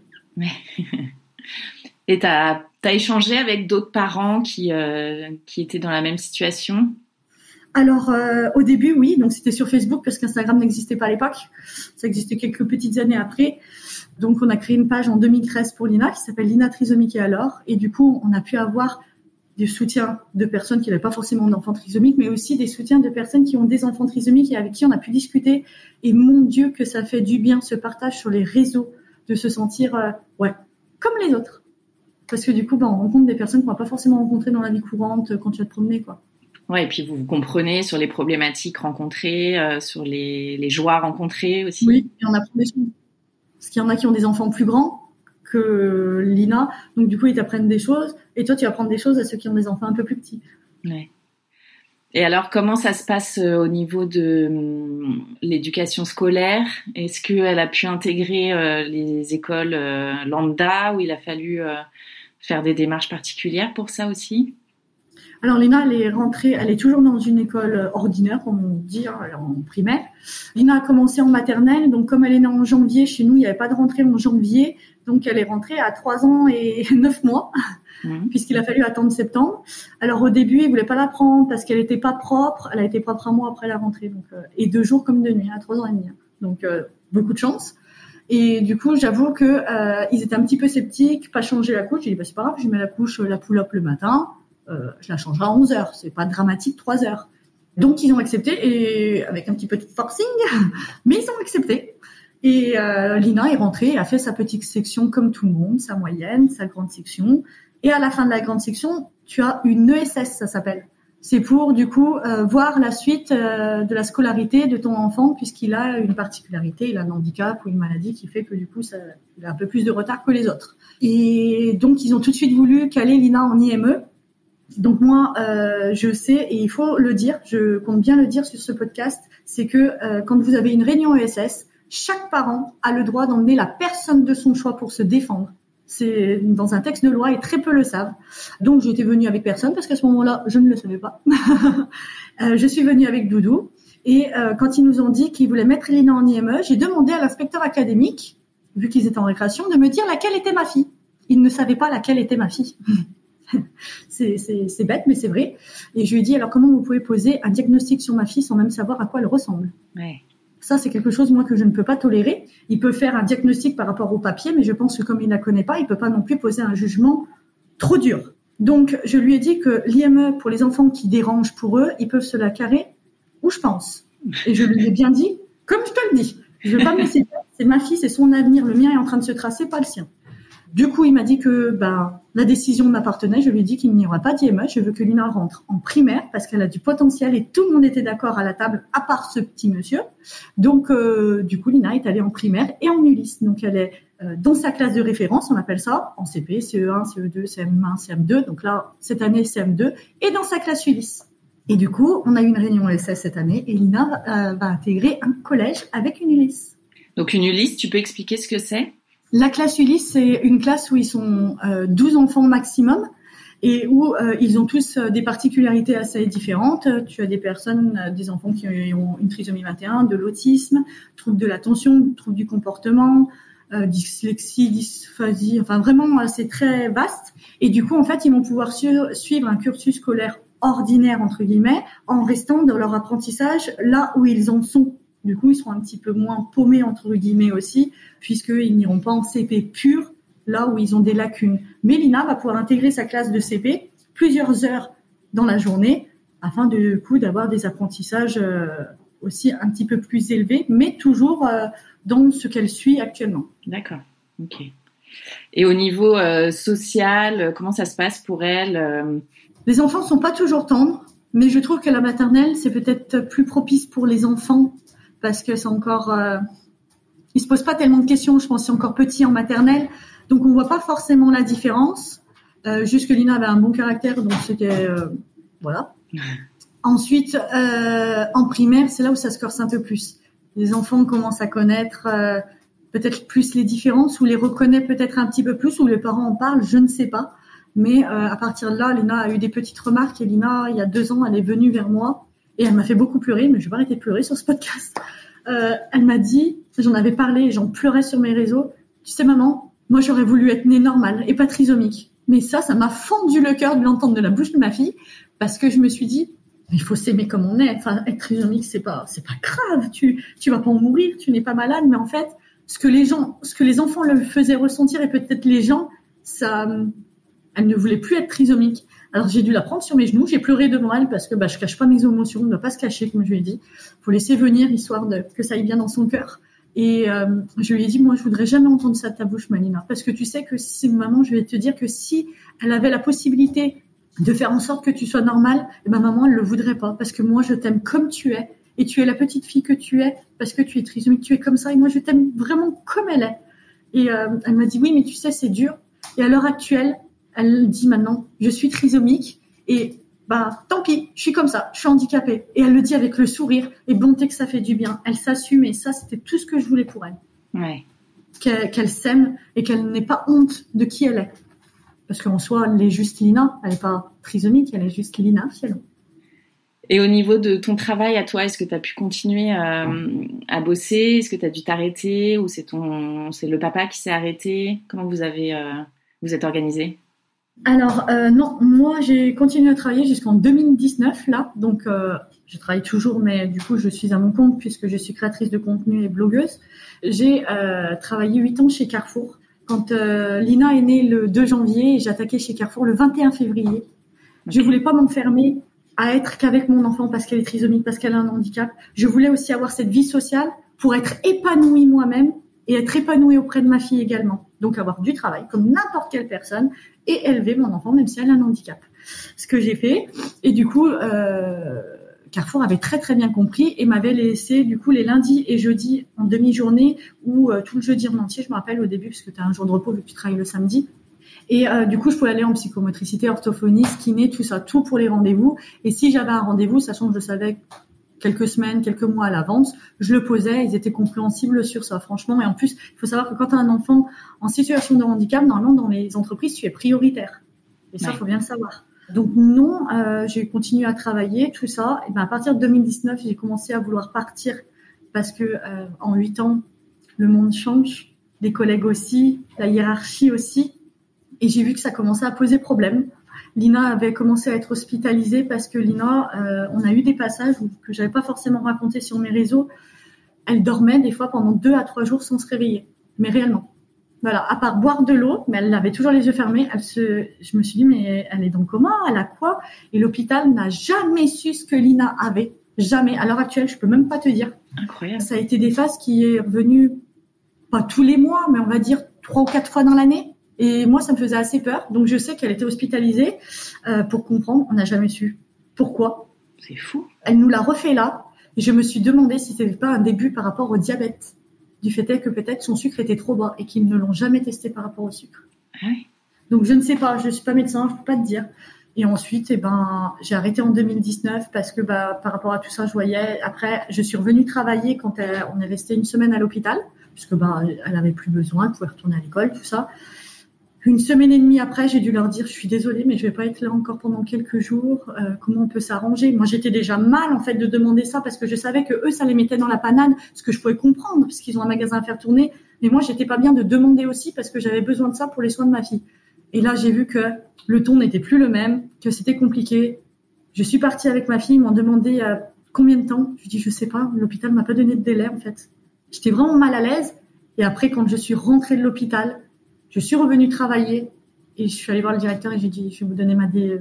Et t'as échangé avec d'autres parents qui étaient dans la même situation? Alors, au début, oui. Donc, c'était sur Facebook parce qu'Instagram n'existait pas à l'époque. Ça existait quelques petites années après. Donc, on a créé une page en 2013 pour Lina qui s'appelle Lina Trisomique et alors. Et du coup, on a pu avoir du soutien de personnes qui n'avaient pas forcément d'enfants trisomiques, mais aussi des soutiens de personnes qui ont des enfants trisomiques et avec qui on a pu discuter. Et mon Dieu, que ça fait du bien, ce partage sur les réseaux, de se sentir, comme les autres. Parce que du coup, on rencontre des personnes qu'on va pas forcément rencontrer dans la vie courante quand tu vas te promener, quoi. Ouais, et puis vous comprenez sur les problématiques rencontrées, sur les joies rencontrées aussi. Oui, et on apprend des choses. Parce qu'il y en a qui ont des enfants plus grands que Lina, donc du coup ils t'apprennent des choses, et toi tu apprends des choses à ceux qui ont des enfants un peu plus petits. Ouais. Et alors, comment ça se passe au niveau de l'éducation scolaire ? Est-ce qu'elle a pu intégrer les écoles lambda, où il a fallu faire des démarches particulières pour ça aussi ? Alors Lina, elle est rentrée, elle est toujours dans une école ordinaire, comme on dit, en primaire. Lina a commencé en maternelle, donc comme elle est née en janvier, chez nous, il n'y avait pas de rentrée en janvier, donc elle est rentrée à 3 ans et 9 mois. Puisqu'il a fallu attendre septembre. Alors au début, il voulait pas la prendre parce qu'elle était pas propre. Elle a été propre un mois après la rentrée, donc et 2 jours comme de nuit, à 3 ans et demi. Donc beaucoup de chance. Et du coup, j'avoue que ils étaient un petit peu sceptiques, pas changer la couche. J'ai dit c'est pas grave, je mets la couche, la pull-up le matin, je la changerai à 11h. C'est pas dramatique, 3 heures. Donc ils ont accepté, et avec un petit peu de forcing, mais ils ont accepté. Et Lina est rentrée, a fait sa petite section comme tout le monde, sa moyenne, sa grande section. Et à la fin de la grande section, tu as une ESS, ça s'appelle. C'est pour, du coup, voir la suite de la scolarité de ton enfant, puisqu'il a une particularité, il a un handicap ou une maladie qui fait que, du coup, il a un peu plus de retard que les autres. Et donc, ils ont tout de suite voulu caler Lina en IME. Donc, moi, je sais, et il faut le dire, je compte bien le dire sur ce podcast, c'est que quand vous avez une réunion ESS, chaque parent a le droit d'emmener la personne de son choix pour se défendre. C'est dans un texte de loi et très peu le savent. Donc, j'étais venue avec personne parce qu'à ce moment-là, je ne le savais pas. Je suis venue avec Doudou. Et quand ils nous ont dit qu'ils voulaient mettre Lina en IME, j'ai demandé à l'inspecteur académique, vu qu'ils étaient en récréation, de me dire laquelle était ma fille. Ils ne savaient pas laquelle était ma fille. C'est bête, mais c'est vrai. Et je lui ai dit, alors comment vous pouvez poser un diagnostic sur ma fille sans même savoir à quoi elle ressemble ? Ouais. Ça, c'est quelque chose, moi, que je ne peux pas tolérer. Il peut faire un diagnostic par rapport au papier, mais je pense que comme il ne la connaît pas, il ne peut pas non plus poser un jugement trop dur. Donc, je lui ai dit que l'IME, pour les enfants qui dérangent pour eux, ils peuvent se la carrer où je pense. Et je lui ai bien dit, comme je te le dis, je ne veux pas me laisser faire, c'est ma fille, c'est son avenir, le mien est en train de se tracer, pas le sien. Du coup, il m'a dit que la décision m'appartenait. Je lui ai dit qu'il n'y aura pas d'IME. Je veux que Lina rentre en primaire parce qu'elle a du potentiel et tout le monde était d'accord à la table, à part ce petit monsieur. Donc, du coup, Lina est allée en primaire et en Ulysse. Donc, elle est dans sa classe de référence, on appelle ça, en CP, CE1, CE2, CM1, CM2. Donc là, cette année, CM2 et dans sa classe Ulysse. Et du coup, on a eu une réunion SS cette année et Lina va intégrer un collège avec une Ulysse. Donc, une Ulysse, tu peux expliquer ce que c'est ? La classe Ulysse, c'est une classe où ils sont 12 enfants maximum et où ils ont tous des particularités assez différentes. Tu as des personnes, des enfants qui ont une trisomie 21, de l'autisme, troubles de l'attention, troubles du comportement, dyslexie, dysphasie, enfin vraiment c'est très vaste. Et du coup, en fait, ils vont pouvoir suivre un cursus scolaire ordinaire, entre guillemets, en restant dans leur apprentissage là où ils en sont. Du coup, ils seront un petit peu moins paumés, entre guillemets aussi, puisqu'ils n'iront pas en CP pur, là où ils ont des lacunes. Mais Lina va pouvoir intégrer sa classe de CP plusieurs heures dans la journée, afin du coup d'avoir des apprentissages aussi un petit peu plus élevés, mais toujours dans ce qu'elle suit actuellement. D'accord, ok. Et au niveau social, comment ça se passe pour elle ? Les enfants sont pas toujours tendres, mais je trouve que la maternelle, c'est peut-être plus propice pour les enfants, parce que c'est encore... ils se posent pas tellement de questions, je pense, c'est encore petit en maternelle, donc on voit pas forcément la différence. Juste que Lina avait un bon caractère, donc c'était... voilà. Ensuite, en primaire, c'est là où ça se corse un peu plus. Les enfants commencent à connaître peut-être plus les différences, ou les reconnaissent peut-être un petit peu plus, ou les parents en parlent, je ne sais pas. Mais à partir de là, Lina a eu des petites remarques, et Lina, il y a 2 ans, elle est venue vers moi, et elle m'a fait beaucoup pleurer, mais je vais pas arrêter de pleurer sur ce podcast. Elle m'a dit, j'en avais parlé, j'en pleurais sur mes réseaux, tu sais maman, moi j'aurais voulu être née normale et pas trisomique. Mais ça m'a fendu le cœur de l'entendre de la bouche de ma fille, parce que je me suis dit, il faut s'aimer comme on est. Enfin, être trisomique, c'est pas grave. Tu vas pas en mourir, tu n'es pas malade. Mais en fait, ce que les enfants le faisaient ressentir, et peut-être les gens, elle ne voulait plus être trisomique. Alors j'ai dû la prendre sur mes genoux, j'ai pleuré devant elle parce que je cache pas mes émotions, on ne doit pas se cacher, comme je lui ai dit. Faut laisser venir, histoire que ça aille bien dans son cœur. Et je lui ai dit, moi je voudrais jamais entendre ça de ta bouche, Malina, parce que tu sais que si maman, je vais te dire que si elle avait la possibilité de faire en sorte que tu sois normale, et ben maman, elle le voudrait pas, parce que moi, je t'aime comme tu es, et tu es la petite fille que tu es, parce que tu es trisomique, tu es comme ça, et moi, je t'aime vraiment comme elle est. Et elle m'a dit, oui, mais tu sais, c'est dur. Et à l'heure actuelle, elle dit maintenant, je suis trisomique, et bah tant pis, je suis comme ça, je suis handicapée. Et elle le dit avec le sourire et bonté que ça fait du bien. Elle s'assume et ça, c'était tout ce que je voulais pour elle. Ouais. Qu'elle s'aime et qu'elle n'ait pas honte de qui elle est. Parce qu'en soi, elle est juste Lina, elle n'est pas trisomique, elle est juste Lina, finalement. Et au niveau de ton travail à toi, est-ce que tu as pu continuer à bosser? Est-ce que tu as dû t'arrêter? Ou c'est le papa qui s'est arrêté? Comment vous êtes organisé? Alors, non, moi, j'ai continué à travailler jusqu'en 2019, là. Donc, je travaille toujours, mais du coup, je suis à mon compte puisque je suis créatrice de contenu et blogueuse. J'ai travaillé 8 ans chez Carrefour. Quand Lina est née le 2 janvier, j'ai attaqué chez Carrefour le 21 février. Je voulais pas m'enfermer à être qu'avec mon enfant parce qu'elle est trisomique, parce qu'elle a un handicap. Je voulais aussi avoir cette vie sociale pour être épanouie moi-même et être épanouie auprès de ma fille également. Donc, avoir du travail comme n'importe quelle personne et élever mon enfant même si elle a un handicap. Ce que j'ai fait. Et du coup, Carrefour avait très très bien compris et m'avait laissé du coup les lundis et jeudis en demi-journée ou tout le jeudi en entier, je me rappelle au début parce que tu as un jour de repos vu que tu travailles le samedi. Et du coup, je pouvais aller en psychomotricité, orthophonie, kiné, tout ça, tout pour les rendez-vous. Et si j'avais un rendez-vous, sachant que je savais quelques semaines, quelques mois à l'avance, je le posais, ils étaient compréhensibles sur ça, franchement. Et en plus, il faut savoir que quand tu as un enfant en situation de handicap, normalement, dans les entreprises, tu es prioritaire. Et ça, il faut bien le savoir. Donc non, j'ai continué à travailler, tout ça. Et ben à partir de 2019, j'ai commencé à vouloir partir parce que en 8 ans, le monde change, les collègues aussi, la hiérarchie aussi. Et j'ai vu que ça commençait à poser problème. Lina avait commencé à être hospitalisée parce que Lina, on a eu des passages que j'avais pas forcément raconté sur mes réseaux. Elle dormait des fois pendant 2 à 3 jours sans se réveiller, mais réellement. Voilà, à part boire de l'eau, mais elle avait toujours les yeux fermés. Je me suis dit, mais elle est dans le coma, elle a quoi? Et l'hôpital n'a jamais su ce que Lina avait. Jamais. À l'heure actuelle, je peux même pas te dire. Incroyable. Ça a été des phases qui est revenue, pas tous les mois, mais on va dire 3 ou 4 fois dans l'année. Et moi, ça me faisait assez peur. Donc, je sais qu'elle était hospitalisée. Pour comprendre, on n'a jamais su. Pourquoi? C'est fou. Elle nous l'a refait là. Et je me suis demandé si c'était pas un début par rapport au diabète. Du fait est que peut-être son sucre était trop bas et qu'ils ne l'ont jamais testé par rapport au sucre. Ah oui. Donc, je ne sais pas. Je suis pas médecin, je peux pas te dire. Et ensuite, j'ai arrêté en 2019 parce que, par rapport à tout ça, je voyais. Après, je suis revenue travailler quand on est resté 1 semaine à l'hôpital. Puisque, elle avait plus besoin, elle pouvait retourner à l'école, tout ça. 1 semaine et demie après, j'ai dû leur dire, je suis désolée, mais je vais pas être là encore pendant quelques jours. Comment on peut s'arranger? Moi, j'étais déjà mal, en fait, de demander ça parce que je savais que eux, ça les mettait dans la panade, ce que je pouvais comprendre puisqu'ils ont un magasin à faire tourner. Mais moi, j'étais pas bien de demander aussi parce que j'avais besoin de ça pour les soins de ma fille. Et là, j'ai vu que le ton n'était plus le même, que c'était compliqué. Je suis partie avec ma fille, ils m'ont demandé combien de temps. Je dis, je sais pas, l'hôpital m'a pas donné de délai, en fait. J'étais vraiment mal à l'aise. Et après, quand je suis rentrée de l'hôpital, je suis revenue travailler et je suis allée voir le directeur et j'ai dit, je vais vous donner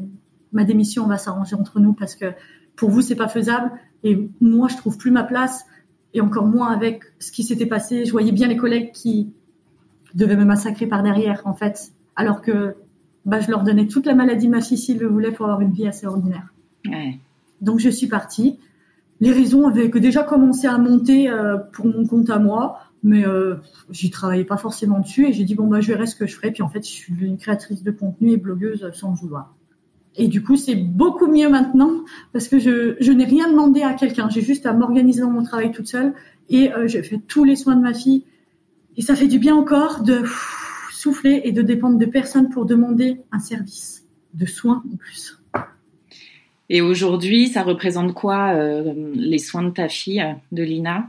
ma démission, on va s'arranger entre nous parce que pour vous, c'est pas faisable et moi, je trouve plus ma place et encore moins avec ce qui s'était passé. Je voyais bien les collègues qui devaient me massacrer par derrière, en fait, alors que je leur donnais toute la maladie de ma fille s'ils le voulaient pour avoir une vie assez ordinaire. Ouais. Donc, je suis partie. Les raisons avaient que déjà commencé à monter pour mon compte à moi. Mais j'y travaillais pas forcément dessus et j'ai dit je verrai ce que je ferai. Puis en fait, je suis devenue créatrice de contenu et blogueuse sans le vouloir. Et du coup, c'est beaucoup mieux maintenant parce que je n'ai rien demandé à quelqu'un. J'ai juste à m'organiser dans mon travail toute seule et je fais tous les soins de ma fille. Et ça fait du bien encore de souffler et de dépendre de personne pour demander un service de soins en plus. Et aujourd'hui, ça représente quoi les soins de ta fille, de Lina?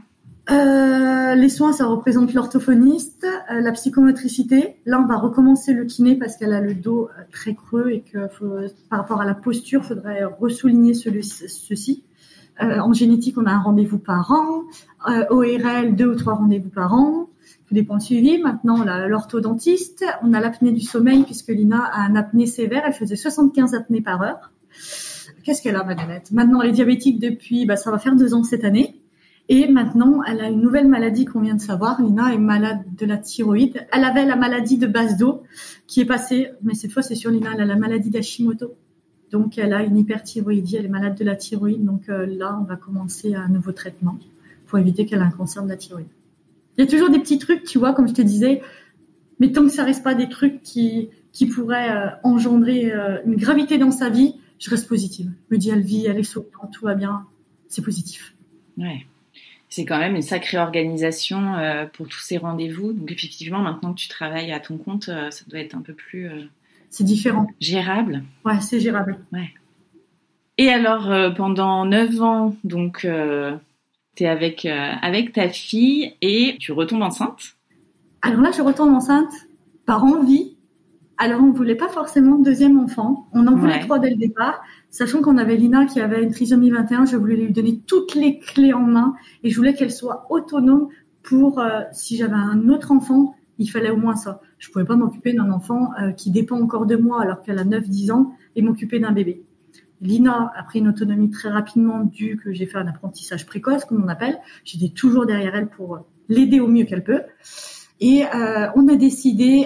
Les soins, ça représente l'orthophoniste, la psychomotricité. Là, on va recommencer le kiné parce qu'elle a le dos très creux et que par rapport à la posture, il faudrait ressouligner ceci. En génétique, on a un rendez-vous par an. ORL, 2 ou 3 rendez-vous par an. Tout dépend du suivi. Maintenant, on a l'orthodontiste. On a l'apnée du sommeil puisque Lina a un apnée sévère. Elle faisait 75 apnées par heure. Qu'est-ce qu'elle a, Maganette? Maintenant, elle est diabétique depuis, ça va faire 2 ans cette année. Et maintenant, elle a une nouvelle maladie qu'on vient de savoir. Lina est malade de la thyroïde. Elle avait la maladie de Basedow qui est passée, mais cette fois, c'est sur Lina. Elle a la maladie d'Hashimoto. Donc, elle a une hyperthyroïdie, elle est malade de la thyroïde. Donc là, on va commencer un nouveau traitement pour éviter qu'elle ait un cancer de la thyroïde. Il y a toujours des petits trucs, tu vois, comme je te disais, mais tant que ça reste pas des trucs qui pourraient engendrer une gravité dans sa vie, je reste positive. Je me dis, elle vit, elle est souriante, tout va bien, c'est positif. Ouais. C'est quand même une sacrée organisation pour tous ces rendez-vous. Donc effectivement, maintenant que tu travailles à ton compte, ça doit être un peu plus... c'est différent. Gérable. Ouais, c'est gérable. Ouais. Et alors, pendant 9 ans, donc, tu es avec ta fille et tu retombes enceinte. Alors là, je retombe enceinte par envie. Alors, on ne voulait pas forcément de deuxième enfant. On en voulait 3 dès le départ. Sachant qu'on avait Lina qui avait une trisomie 21, je voulais lui donner toutes les clés en main et je voulais qu'elle soit autonome pour, si j'avais un autre enfant, il fallait au moins ça. Je pouvais pas m'occuper d'un enfant qui dépend encore de moi alors qu'elle a 9-10 ans et m'occuper d'un bébé. Lina a pris une autonomie très rapidement dû que j'ai fait un apprentissage précoce, comme on appelle. J'étais toujours derrière elle pour l'aider au mieux qu'elle peut. Et on a décidé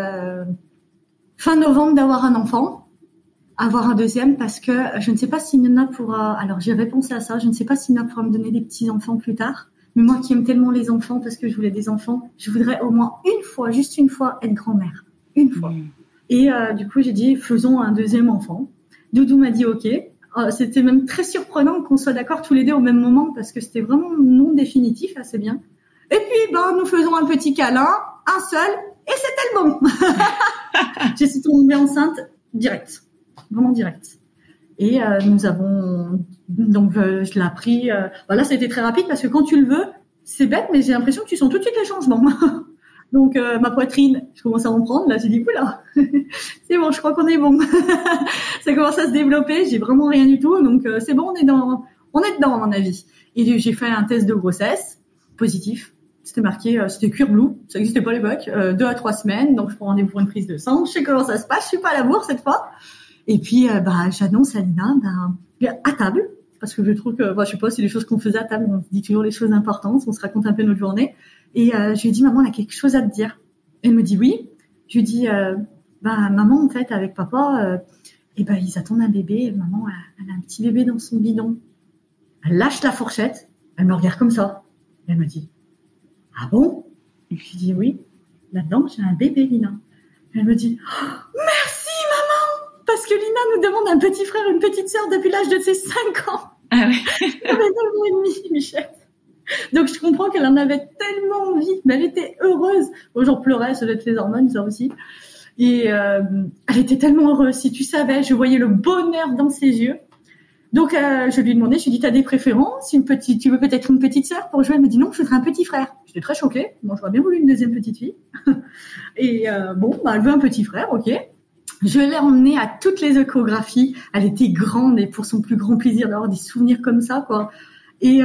fin novembre d'avoir un enfant. Avoir un deuxième parce que je ne sais pas si Nina pourra... Alors, j'avais pensé à ça. Je ne sais pas si Nina pourra me donner des petits-enfants plus tard. Mais moi qui aime tellement les enfants parce que je voulais des enfants, je voudrais au moins une fois, juste une fois, être grand-mère. Une fois. Et du coup, j'ai dit, faisons un deuxième enfant. Doudou m'a dit OK. C'était même très surprenant qu'on soit d'accord tous les deux au même moment parce que c'était vraiment non définitif, assez bien. Et puis, nous faisons un petit câlin, un seul, et c'était le bon. Je suis tombée enceinte direct. Vraiment direct. Et nous avons donc je l'ai appris. Là, ça a été très rapide parce que quand tu le veux, c'est bête, mais j'ai l'impression que tu sens tout de suite les changements. Donc ma poitrine, je commence à en prendre. Là, j'ai dit oula, c'est bon, je crois qu'on est bon. Ça commence à se développer. J'ai vraiment rien du tout, donc c'est bon, on est dedans à mon avis. Et j'ai fait un test de grossesse positif. C'était marqué, c'était cuir blue, ça n'existait pas à l'époque. 2 à 3 semaines, donc je prends rendez-vous pour une prise de sang. Je sais comment ça se passe. Je suis pas à la bourre cette fois. Et puis, j'annonce à Lina, à table, parce que je trouve que, je sais pas, c'est les choses qu'on faisait à table, on se dit toujours les choses importantes, on se raconte un peu notre journée. Et je lui ai dit, maman, elle a quelque chose à te dire. Elle me dit oui. Je lui ai dit, maman, en fait, avec papa, ils attendent un bébé. Maman, elle a un petit bébé dans son bidon. Elle lâche la fourchette. Elle me regarde comme ça. Et elle me dit, ah bon? Et puis, je dis oui. Là-dedans, j'ai un bébé, Lina. Elle me dit, oh, merci! Parce que Lina nous demande un petit frère, une petite sœur depuis l'âge de ses 5 ans. Ah ouais. Elle avait 9 ans et demi, Michel. Donc je comprends qu'elle en avait tellement envie, mais elle était heureuse. Bon, j'en pleurais, ça doit être les hormones, ça aussi. Et elle était tellement heureuse. Si tu savais, je voyais le bonheur dans ses yeux. Donc je lui ai demandé, je lui ai dit, t'as des préférences? Tu veux peut-être une petite sœur pour jouer? Elle m'a dit non, je voudrais un petit frère. J'étais très choquée. Moi, j'aurais bien voulu une deuxième petite fille. Et elle veut un petit frère, ok. Je l'ai emmenée à toutes les échographies. Elle était grande et pour son plus grand plaisir d'avoir des souvenirs comme ça, quoi. Et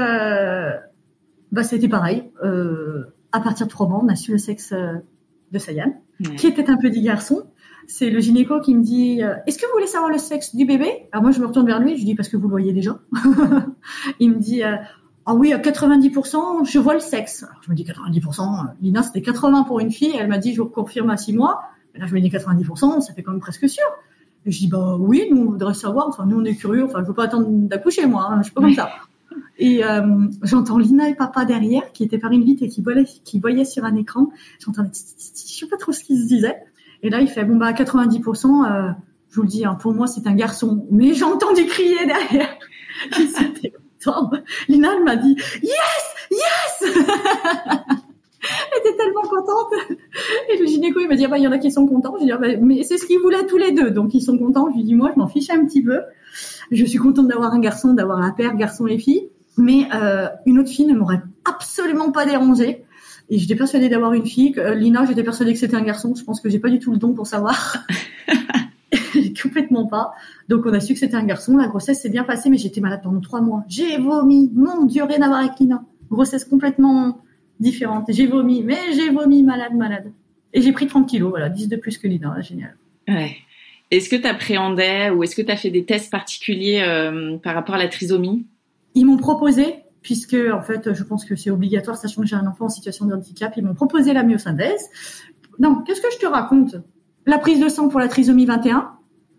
c'était pareil. À partir de 3 mois, on a su le sexe de Sayan, qui était un petit garçon. C'est le gynéco qui me dit est-ce que vous voulez savoir le sexe du bébé? Alors moi, je me retourne vers lui. Je lui dis parce que vous le voyez déjà. Il me dit ah oui, à 90%, je vois le sexe. Alors je me dis 90%. Lina, c'était 80 pour une fille. Elle m'a dit je vous confirme à 6 mois. Là, je me dis 90%, ça fait quand même presque sûr. Et je dis, oui, nous, on voudrait savoir. Enfin, nous, on est curieux. Enfin, je veux pas attendre d'accoucher, moi. Je suis pas comme ça. Et j'entends Lina et papa derrière, qui étaient par une vitre et qui voyaient sur un écran. J'entendais, je sais pas trop ce qu'ils se disaient. Et là, il fait, 90%, je vous le dis, pour moi, c'est un garçon. Mais j'ai entendu crier derrière. C'était content. Lina, elle m'a dit, yes, yes! Elle était tellement contente. Et le gynéco, il m'a dit, il y en a qui sont contents. Je lui ai dit, mais c'est ce qu'ils voulaient tous les deux. Donc, ils sont contents. Je lui ai dit, moi, je m'en fiche un petit peu. Je suis contente d'avoir un garçon, d'avoir un père, garçon et fille. Mais une autre fille ne m'aurait absolument pas dérangée. Et j'étais persuadée d'avoir une fille. Lina, j'étais persuadée que c'était un garçon. Je pense que j'ai pas du tout le don pour savoir. Complètement pas. Donc, on a su que c'était un garçon. La grossesse s'est bien passée, mais j'étais malade pendant 3 mois. J'ai vomi. Mon Dieu, rien à voir avec Lina. Grossesse complètement différente. J'ai vomi, malade. Et j'ai pris 30 kilos, 10 de plus que Lina, génial. Ouais. Est-ce que tu appréhendais ou est-ce que tu as fait des tests particuliers par rapport à la trisomie? Ils m'ont proposé, puisque en fait, je pense que c'est obligatoire, sachant que j'ai un enfant en situation de handicap, ils m'ont proposé la myosynthèse. Non, qu'est-ce que je te raconte? La prise de sang pour la trisomie 21,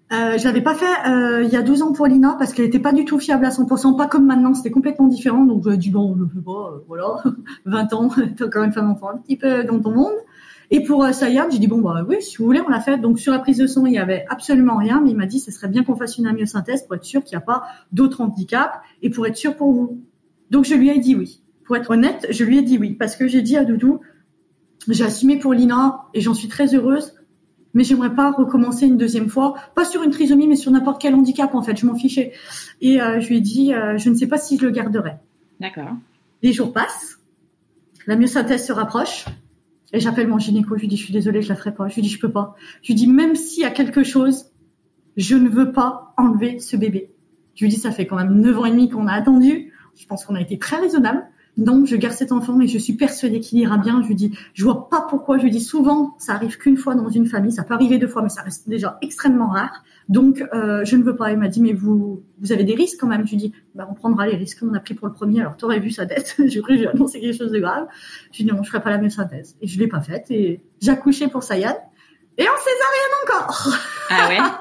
Je l'avais pas fait il y a 12 ans pour Lina parce qu'elle était pas du tout fiable à 100%, pas comme maintenant, c'était complètement différent. Donc je dis bon, je le fais pas, voilà, 20 ans, t'es encore une femme enfant un petit peu dans ton monde. Et pour Sayad, j'ai dit bon bah oui, si vous voulez, on l'a fait. Donc sur la prise de sang, il y avait absolument rien, mais il m'a dit ce serait bien qu'on fasse une amyosynthèse pour être sûr qu'il n'y a pas d'autres handicaps et pour être sûr pour vous. Donc je lui ai dit oui. Pour être honnête, je lui ai dit oui parce que j'ai dit à Doudou, j'ai assumé pour Lina et j'en suis très heureuse. Mais j'aimerais pas recommencer une deuxième fois, pas sur une trisomie, mais sur n'importe quel handicap, en fait, je m'en fichais. Et je lui ai dit, je ne sais pas si je le garderai. D'accord. Les jours passent, la myosynthèse se rapproche, et j'appelle mon gynéco, je lui dis, je suis désolée, je la ferai pas. Je lui dis, je peux pas. Je lui dis, même s'il y a quelque chose, je ne veux pas enlever ce bébé. Je lui dis, ça fait quand même 9 ans et demi qu'on a attendu. Je pense qu'on a été très raisonnable. Donc, je garde cet enfant et je suis persuadée qu'il ira bien. Je lui dis, je vois pas pourquoi. Je lui dis, souvent, ça arrive qu'une fois dans une famille. Ça peut arriver 2 fois, mais ça reste déjà extrêmement rare. Donc, je ne veux pas. Il m'a dit, mais vous avez des risques quand même. Je lui dis, on prendra les risques qu'on a pris pour le premier. Alors, t'aurais vu sa tête. J'ai cru que j'ai annoncé quelque chose de grave. Je lui dis, non, je ferai pas la myosynthèse. Et je l'ai pas faite. Et j'ai accouché pour Sayad. Et en césarienne encore. Ah ouais?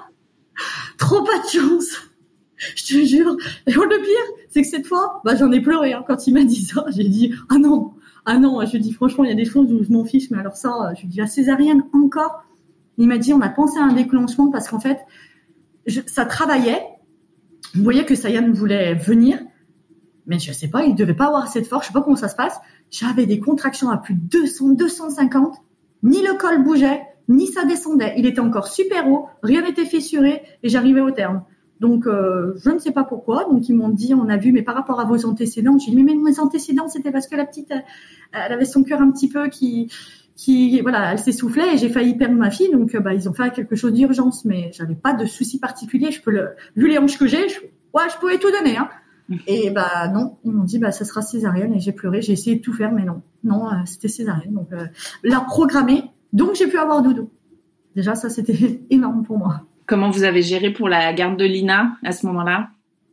Trop pas de chance. Je te jure. Et le pire, c'est que cette fois, j'en ai pleuré, hein. Quand il m'a dit ça, j'ai dit, ah non. Je lui dis, franchement, il y a des choses où je m'en fiche, mais alors ça, je lui dis, la césarienne encore. Il m'a dit, on a pensé à un déclenchement parce qu'en fait, ça travaillait. Vous voyez que Sayad voulait venir, mais je sais pas, il devait pas avoir assez de force, je sais pas comment ça se passe. J'avais des contractions à plus de 200, 250. Ni le col bougeait, ni ça descendait. Il était encore super haut, rien n'était fissuré et j'arrivais au terme. Donc, je ne sais pas pourquoi. Donc, ils m'ont dit, on a vu, mais par rapport à vos antécédents, j'ai dit, mais mes antécédents, c'était parce que la petite, elle avait son cœur un petit peu qui, voilà, elle s'essoufflait et j'ai failli perdre ma fille. Donc, ils ont fait quelque chose d'urgence, mais j'avais pas de souci particulier. Vu les hanches que j'ai, je pouvais tout donner, hein. Et non, ils m'ont dit, ça sera césarienne et j'ai pleuré. J'ai essayé de tout faire, mais non, c'était césarienne. Donc, la programmer. Donc, j'ai pu avoir Doudou. Déjà, ça, c'était énorme pour moi. Comment vous avez géré pour la garde de Lina à ce moment-là?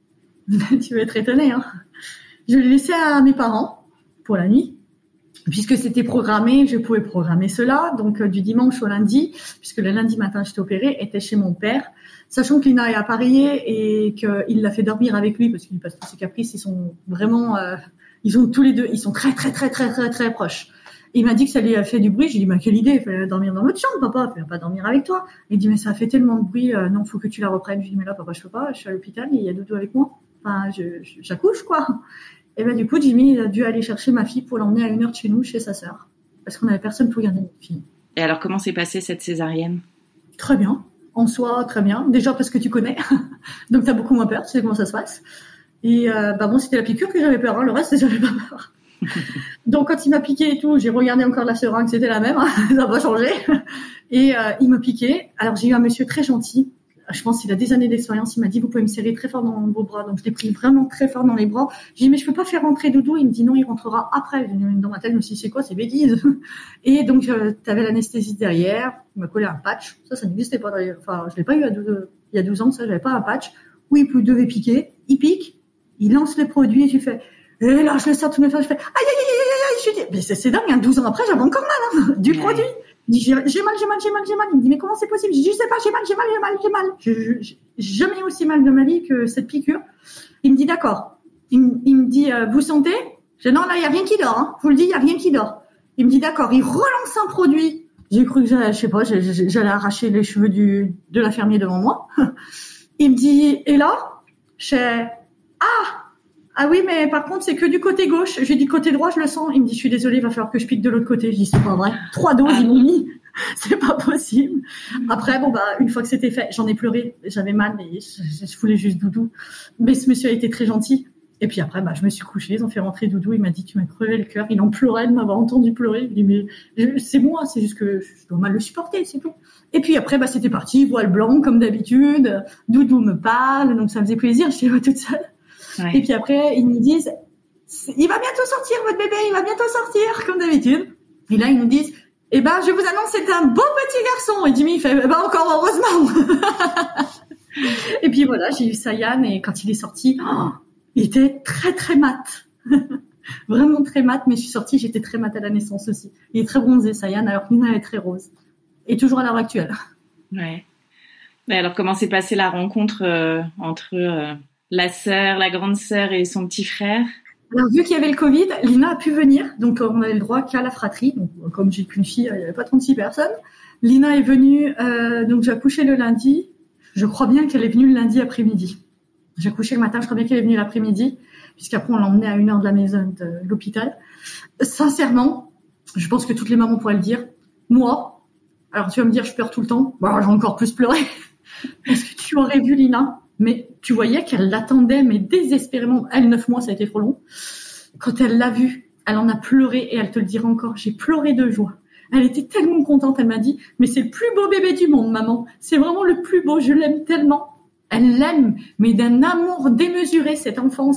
Tu vas être étonnée, hein. Je l'ai laissé à mes parents pour la nuit, puisque c'était programmé, je pouvais programmer cela. Donc, du dimanche au lundi, puisque le lundi matin, j'étais opérée, était chez mon père, sachant que Lina est appareillée et qu'il l'a fait dormir avec lui, parce qu'il passe tous ses caprices, ils sont vraiment, ils ont tous les deux, ils sont très, très, très, très, très, très proches. Il m'a dit que ça lui a fait du bruit. J'ai dit, quelle idée, il fallait dormir dans notre chambre, papa, il fallait pas dormir avec toi. Il dit, mais ça a fait tellement de bruit, non, faut que tu la reprennes. Je dis, mais là, papa, je peux pas, je suis à l'hôpital, il y a Doudou avec moi. Enfin, j'accouche, quoi. Et du coup, Jimmy, il a dû aller chercher ma fille pour l'emmener à 1 heure de chez nous, chez sa sœur. Parce qu'on avait personne pour garder notre fille. Et alors, comment s'est passée cette césarienne? Très bien. En soi, très bien. Déjà parce que tu connais. Donc, t'as beaucoup moins peur, tu sais comment ça se passe. Et, c'était la piqûre que j'avais peur, hein. Le reste, j'avais pas peur. Donc quand il m'a piqué et tout, j'ai regardé encore la seringue, c'était la même, hein, ça n'a pas changé. Et il m'a piqué. Alors j'ai eu un monsieur très gentil, je pense qu'il a des années d'expérience, il m'a dit, vous pouvez me serrer très fort dans vos bras. Donc je l'ai pris vraiment très fort dans les bras. J'ai dit, mais je peux pas faire rentrer Doudou. Il me dit, non, il rentrera après. Dans ma tête, je me suis dit, c'est quoi ces bêtises? Et donc t'avais l'anesthésie derrière, il m'a collé un patch. Ça n'existait pas d'ailleurs. Enfin, je l'ai pas eu il y a 12 ans, ça, j'avais pas un patch. Oui, il devait piquer. Il pique, il lance le produit et j'ai fait... Et là, je le sors tout mes fesses, je fais aïe. Je dis, mais c'est dingue, hein, 12 ans après, j'avais encore mal, hein, du produit. Il dit, j'ai mal. Il me dit, mais comment c'est possible? Je dis, je sais pas, j'ai mal. J'ai jamais eu aussi mal de ma vie que cette piqûre. Il me dit, d'accord. Il me dit, vous sentez? Je dis, non, là, il y a rien qui dort, hein. Je vous le dis, il y a rien qui dort. Il me dit, d'accord. Il relance un produit. J'ai cru que j'allais arracher les cheveux de l'infirmier devant moi. Il me dit, et là? Ah oui, mais par contre, c'est que du côté gauche. J'ai dit côté droit, je le sens. Il me dit, je suis désolée, il va falloir que je pique de l'autre côté. Je dis, c'est pas vrai. 3 doses, ils m'ont mis. C'est pas possible. Après, une fois que c'était fait, j'en ai pleuré. J'avais mal, mais je voulais juste Doudou. Mais ce monsieur a été très gentil. Et puis après, je me suis couchée. Ils ont fait rentrer Doudou. Il m'a dit, tu m'as crevé le cœur. Il en pleurait de m'avoir entendu pleurer. Je dis, mais c'est moi, c'est juste que je dois mal le supporter, c'est tout. Et puis après, c'était parti. Voile blanc, comme d'habitude. Doudou me parle. Donc ça me faisait plaisir. Je suis toute seule. Ouais. Et puis après, ils nous disent, il va bientôt sortir, votre bébé, il va bientôt sortir, comme d'habitude. Et là, ils nous disent, je vous annonce, c'est un beau petit garçon. Et Jimmy, il fait, encore heureusement. Et puis voilà, j'ai eu Sayad, et quand il est sorti, il était très, très mat. Vraiment très mat, mais je suis sortie, j'étais très mat à la naissance aussi. Il est très bronzé, Sayad, alors que Nina est très rose. Et toujours à l'heure actuelle. Ouais. Et alors, comment s'est passée la rencontre entre la grande sœur et son petit frère? Alors, vu qu'il y avait le Covid, Lina a pu venir. Donc, on avait le droit qu'à la fratrie. Donc, comme j'ai qu'une fille, il n'y avait pas 36 personnes. Lina est venue, donc j'ai accouché le lundi. Je crois bien qu'elle est venue le lundi après-midi. J'ai accouché le matin, je crois bien qu'elle est venue l'après-midi, puisqu'après on l'emmenait à 1 heure de la maison de l'hôpital. Sincèrement, je pense que toutes les mamans pourraient le dire. Moi, alors tu vas me dire, je pleure tout le temps. Bon, j'ai encore plus pleuré. Est-ce que tu aurais vu Lina? Mais tu voyais qu'elle l'attendait, mais désespérément. Elle, 9 mois, ça a été trop long. Quand elle l'a vue, elle en a pleuré et elle te le dira encore. J'ai pleuré de joie. Elle était tellement contente. Elle m'a dit, mais c'est le plus beau bébé du monde, maman. C'est vraiment le plus beau. Je l'aime tellement. Elle l'aime, mais d'un amour démesuré, cet enfant.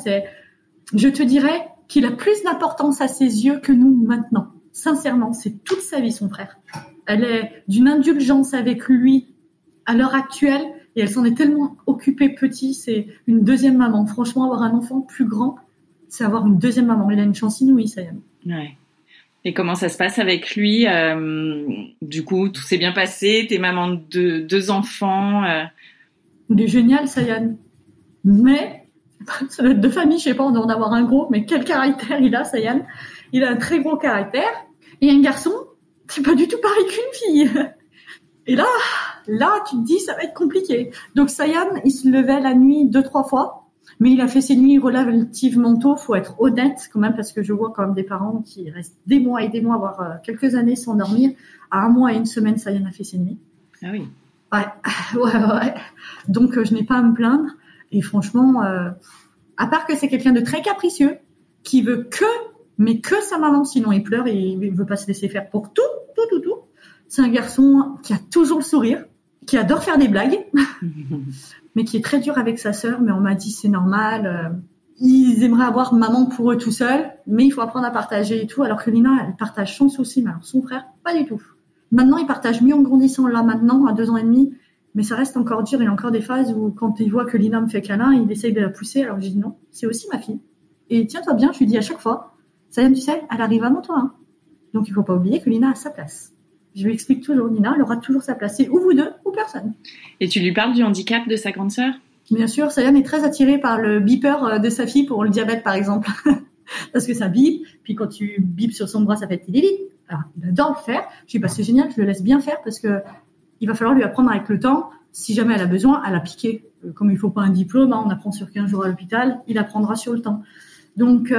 Je te dirais qu'il a plus d'importance à ses yeux que nous maintenant. Sincèrement, c'est toute sa vie, son frère. Elle est d'une indulgence avec lui à l'heure actuelle et elle s'en est tellement occupée petit. C'est une deuxième maman. Franchement, avoir un enfant plus grand, c'est avoir une deuxième maman. Elle a une chance inouïe, Sayane. Ouais. Et comment ça se passe avec lui? Du coup, tout s'est bien passé. T'es maman de 2 enfants. Il est génial, Sayane. Mais, ça doit être de famille, je sais pas, on doit en avoir un gros, mais quel caractère il a, Sayane. Il a un très gros caractère. Et un garçon, c'est pas du tout pareil qu'une fille. Et là, tu te dis, ça va être compliqué. Donc, Sayane, il se levait la nuit 2-3 fois. Mais il a fait ses nuits relativement tôt, faut être honnête quand même, parce que je vois quand même des parents qui restent des mois et des mois, voire quelques années sans dormir. À 1 mois et 1 semaine, Sayane a fait ses nuits. Ah oui. Ouais. Donc, je n'ai pas à me plaindre. Et franchement, à part que c'est quelqu'un de très capricieux, qui veut que sa maman, sinon il pleure et il veut pas se laisser faire pour tout. C'est un garçon qui a toujours le sourire, qui adore faire des blagues, mais qui est très dur avec sa sœur. Mais on m'a dit, c'est normal. Ils aimeraient avoir maman pour eux tout seuls, mais il faut apprendre à partager et tout. Alors que Lina, elle partage son souci, mais alors son frère, pas du tout. Maintenant, il partage mieux en grandissant, là, maintenant, à 2 ans et demi. Mais ça reste encore dur. Il y a encore des phases où, quand il voit que Lina me fait câlin, il essaye de la pousser. Alors, je dis non, c'est aussi ma fille. Et tiens-toi bien, je lui dis à chaque fois, Sayane, tu sais, elle arrive avant toi. Hein. Donc, il faut pas oublier que Lina a sa place. Je lui explique toujours, Lina, elle aura toujours sa place. C'est ou vous deux, ou personne. Et tu lui parles du handicap de sa grande sœur? Bien sûr, Sayane est très attirée par le beeper de sa fille pour le diabète, par exemple. Parce que ça bip, puis quand tu bipes sur son bras, ça fait tilili. Alors, il adore le faire. Je dis, c'est génial, je le laisse bien faire parce que il va falloir lui apprendre avec le temps. Si jamais elle a besoin, à la piquer. Comme il faut pas un diplôme, on apprend sur 15 jours à l'hôpital, il apprendra sur le temps. Donc,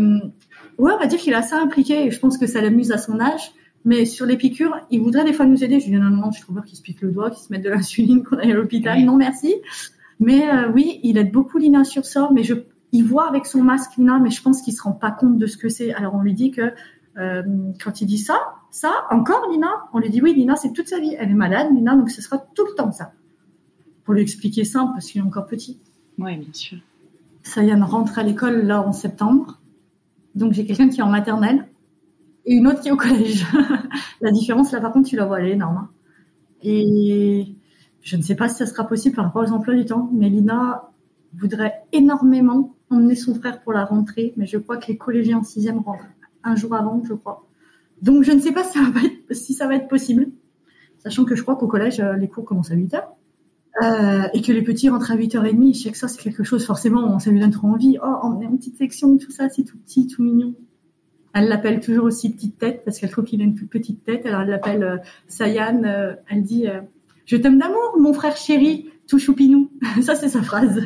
on va dire qu'il est assez impliqué et je pense que ça l'amuse à son âge. Mais sur les piqûres, il voudrait des fois nous aider. Je lui dis, non, je trouve peur qu'il se pique le doigt, qu'il se mette de l'insuline, qu'on aille à l'hôpital. Non, merci. Mais oui, il aide beaucoup Lina sur ça. Mais il voit avec son masque Lina, mais je pense qu'il se rend pas compte de ce que c'est. Alors on lui dit que quand il dit ça, encore Lina, on lui dit oui, Lina, c'est toute sa vie. Elle est malade, Lina, donc ce sera tout le temps ça. Pour lui expliquer simple, parce qu'il est encore petit. Oui, bien sûr. Sayane rentre à l'école là en septembre. Donc j'ai quelqu'un qui est en maternelle et une autre qui est au collège. La différence là, par contre, tu la vois, elle est énorme. Hein. Et je ne sais pas si ça sera possible par rapport aux emplois du temps, mais Lina voudrait énormément emmener son frère pour la rentrée, mais je crois que les collégiens en 6e rentrent un jour avant, je crois. Donc je ne sais pas si ça va être possible, sachant que je crois qu'au collège, les cours commencent à 8h. Et que les petits rentrent à 8h30, je sais que ça c'est quelque chose, forcément, ça lui donne trop envie. Oh, on est en petite section, tout ça, c'est tout petit, tout mignon. Elle l'appelle toujours aussi petite tête, parce qu'elle trouve qu'il a une toute petite tête. Alors elle l'appelle Sayane, elle dit « Je t'aime d'amour, mon frère chéri, tout choupinou ». Ça c'est sa phrase.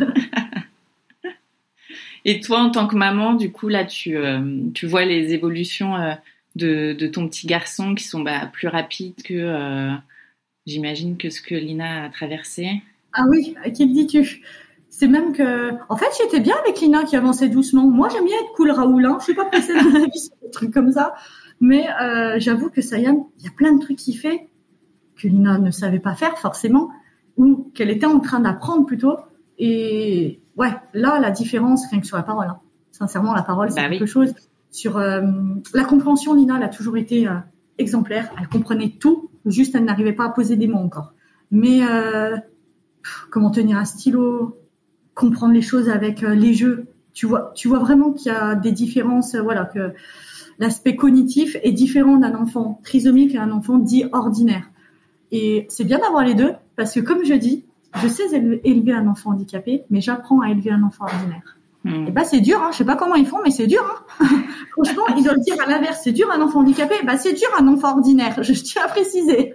Et toi, en tant que maman, du coup, là, tu vois les évolutions de ton petit garçon qui sont plus rapides que... J'imagine que ce que Lina a traversé. Ah oui, à qui le dis-tu? C'est même que... En fait, j'étais bien avec Lina qui avançait doucement. Moi, j'aime bien être cool Raoul. Hein. Je suis pas pressée dans la vie sur des trucs comme ça. Mais j'avoue que Sayane, il y a plein de trucs qu'il fait que Lina ne savait pas faire forcément ou qu'elle était en train d'apprendre plutôt. Et ouais, là, la différence, rien que sur la parole. Hein. Sincèrement, la parole, c'est quelque chose. Sur la compréhension, Lina, elle a toujours été exemplaire. Elle comprenait tout. Juste, elle n'arrivait pas à poser des mots encore. Mais comment tenir un stylo, comprendre les choses avec les jeux. Tu vois vraiment qu'il y a des différences. Voilà, que l'aspect cognitif est différent d'un enfant trisomique à un enfant dit ordinaire. Et c'est bien d'avoir les deux parce que, comme je dis, je sais élever un enfant handicapé, mais j'apprends à élever un enfant ordinaire. Et c'est dur, hein. Je sais pas comment ils font, mais c'est dur, hein. Franchement, ils doivent le dire à l'inverse. C'est dur un enfant handicapé, c'est dur un enfant ordinaire. Je tiens à préciser.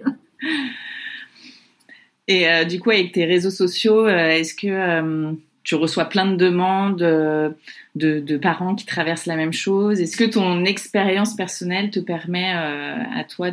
Et du coup, avec tes réseaux sociaux, est-ce que tu reçois plein de demandes de parents qui traversent la même chose? Est-ce que ton expérience personnelle te permet à toi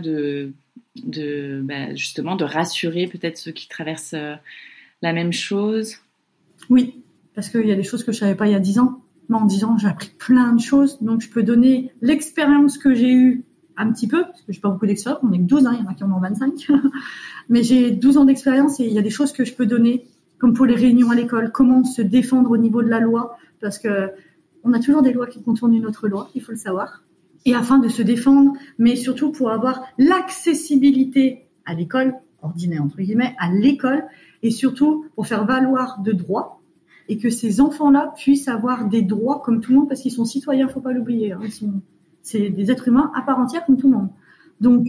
justement de rassurer peut-être ceux qui traversent la même chose? Oui. Parce qu'il y a des choses que je savais pas il y a 10 ans. Mais en 10 ans, j'ai appris plein de choses. Donc, je peux donner l'expérience que j'ai eue un petit peu, parce que j'ai pas beaucoup d'expérience. On est que 12, hein, il y en a qui en ont 25. Mais j'ai 12 ans d'expérience et il y a des choses que je peux donner, comme pour les réunions à l'école, comment se défendre au niveau de la loi, parce que on a toujours des lois qui contournent une autre loi, il faut le savoir. Et afin de se défendre, mais surtout pour avoir l'accessibilité à l'école, ordinaire entre guillemets, à l'école, et surtout pour faire valoir de droits, et que ces enfants-là puissent avoir des droits comme tout le monde, parce qu'ils sont citoyens, faut pas l'oublier. Hein. C'est des êtres humains à part entière comme tout le monde. Donc,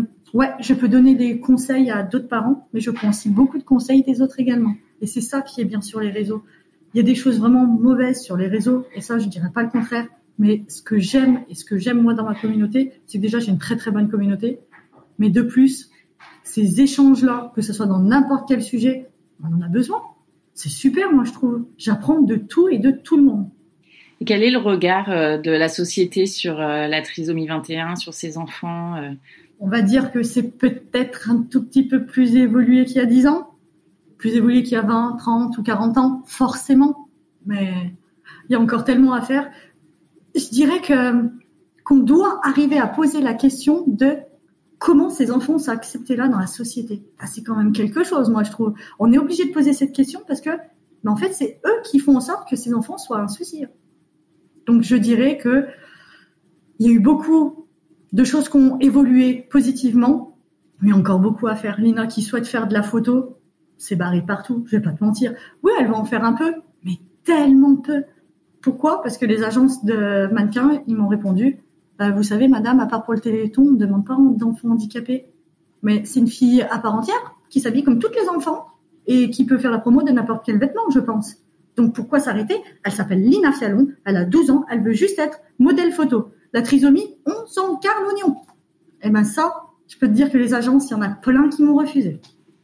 je peux donner des conseils à d'autres parents, mais je prends aussi beaucoup de conseils des autres également. Et c'est ça qui est bien sur les réseaux. Il y a des choses vraiment mauvaises sur les réseaux, et ça, je dirais pas le contraire. Mais ce que j'aime, et ce que j'aime moi dans ma communauté, c'est que déjà, j'ai une très très bonne communauté. Mais de plus, ces échanges-là, que ce soit dans n'importe quel sujet, on en a besoin. C'est super, moi, je trouve. J'apprends de tout et de tout le monde. Et quel est le regard de la société sur la trisomie 21, sur ces enfants On va dire que c'est peut-être un tout petit peu plus évolué qu'il y a 10 ans, plus évolué qu'il y a 20, 30 ou 40 ans, forcément. Mais il y a encore tellement à faire. Je dirais qu'on doit arriver à poser la question de comment ces enfants sont acceptés là dans la société. C'est quand même quelque chose, moi, je trouve. On est obligé de poser cette question parce que, en fait, c'est eux qui font en sorte que ces enfants soient un souci. Donc, je dirais que il y a eu beaucoup de choses qui ont évolué positivement, mais encore beaucoup à faire. Lina, qui souhaite faire de la photo, c'est barré partout. Je vais pas te mentir. Oui, elle va en faire un peu, mais tellement peu. Pourquoi ? Parce que les agences de mannequins, ils m'ont répondu, vous savez, madame, à part pour le Téléthon, on ne demande pas d'enfants handicapés. Mais c'est une fille à part entière, qui s'habille comme tous les enfants, et qui peut faire la promo de n'importe quel vêtement, je pense. Donc pourquoi s'arrêter ? Elle s'appelle Lina Fialon, elle a 12 ans, elle veut juste être modèle photo. La trisomie, on s'en carre l'oignon. Et ça, je peux te dire que les agences, il y en a plein qui m'ont refusé.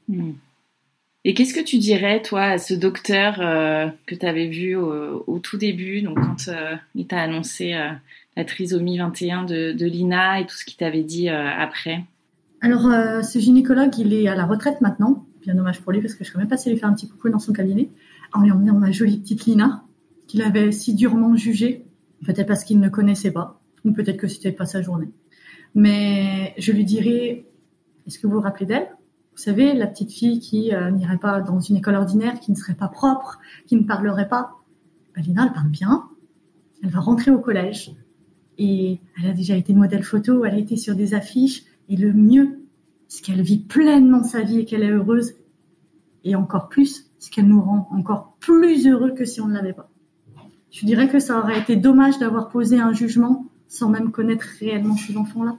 Et qu'est-ce que tu dirais, toi, à ce docteur que tu avais vu au tout début, donc quand il t'a annoncé la trisomie 21 de Lina et tout ce qu'il t'avait dit après ? Alors, ce gynécologue, il est à la retraite maintenant. Bien dommage pour lui, parce que je serais même passée lui faire un petit coucou dans son cabinet, en lui emmenant ma jolie petite Lina, qu'il avait si durement jugée, peut-être parce qu'il ne connaissait pas, ou peut-être que c'était pas sa journée. Mais je lui dirais, est-ce que vous vous rappelez d'elle ? Vous savez, la petite fille qui n'irait pas dans une école ordinaire, qui ne serait pas propre, qui ne parlerait pas. Lina, elle parle bien. Elle va rentrer au collège. Et elle a déjà été modèle photo, elle a été sur des affiches. Et le mieux, c'est qu'elle vit pleinement sa vie et qu'elle est heureuse. Et encore plus, c'est qu'elle nous rend encore plus heureux que si on ne l'avait pas. Je dirais que ça aurait été dommage d'avoir posé un jugement sans même connaître réellement ces enfants-là.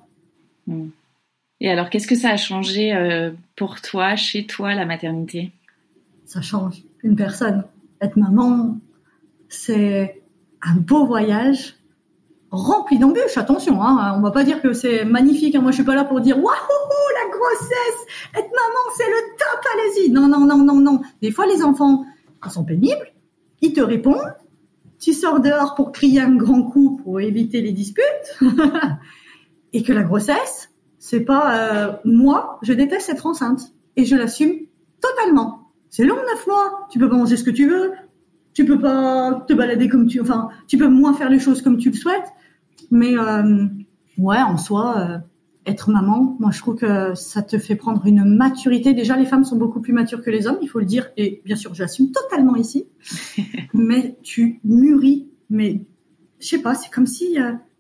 Et alors, qu'est-ce que ça a changé pour toi, chez toi, la maternité ? Ça change une personne. Être maman, c'est un beau voyage rempli d'embûches. Attention, hein, on va pas dire que c'est magnifique. Moi, je suis pas là pour dire waouh, la grossesse, être maman, c'est le top, allez-y. Non. Des fois, les enfants sont pénibles. Ils te répondent. Tu sors dehors pour crier un grand coup pour éviter les disputes. Et que la grossesse, c'est pas moi, je déteste être enceinte et je l'assume totalement. C'est long 9 mois, tu peux pas manger ce que tu veux, tu peux pas te balader comme tu peux moins faire les choses comme tu le souhaites. Mais en soi, être maman, moi je trouve que ça te fait prendre une maturité. Déjà, les femmes sont beaucoup plus matures que les hommes, il faut le dire, et bien sûr, je l'assume totalement ici. Mais tu mûris, mais je sais pas, c'est comme si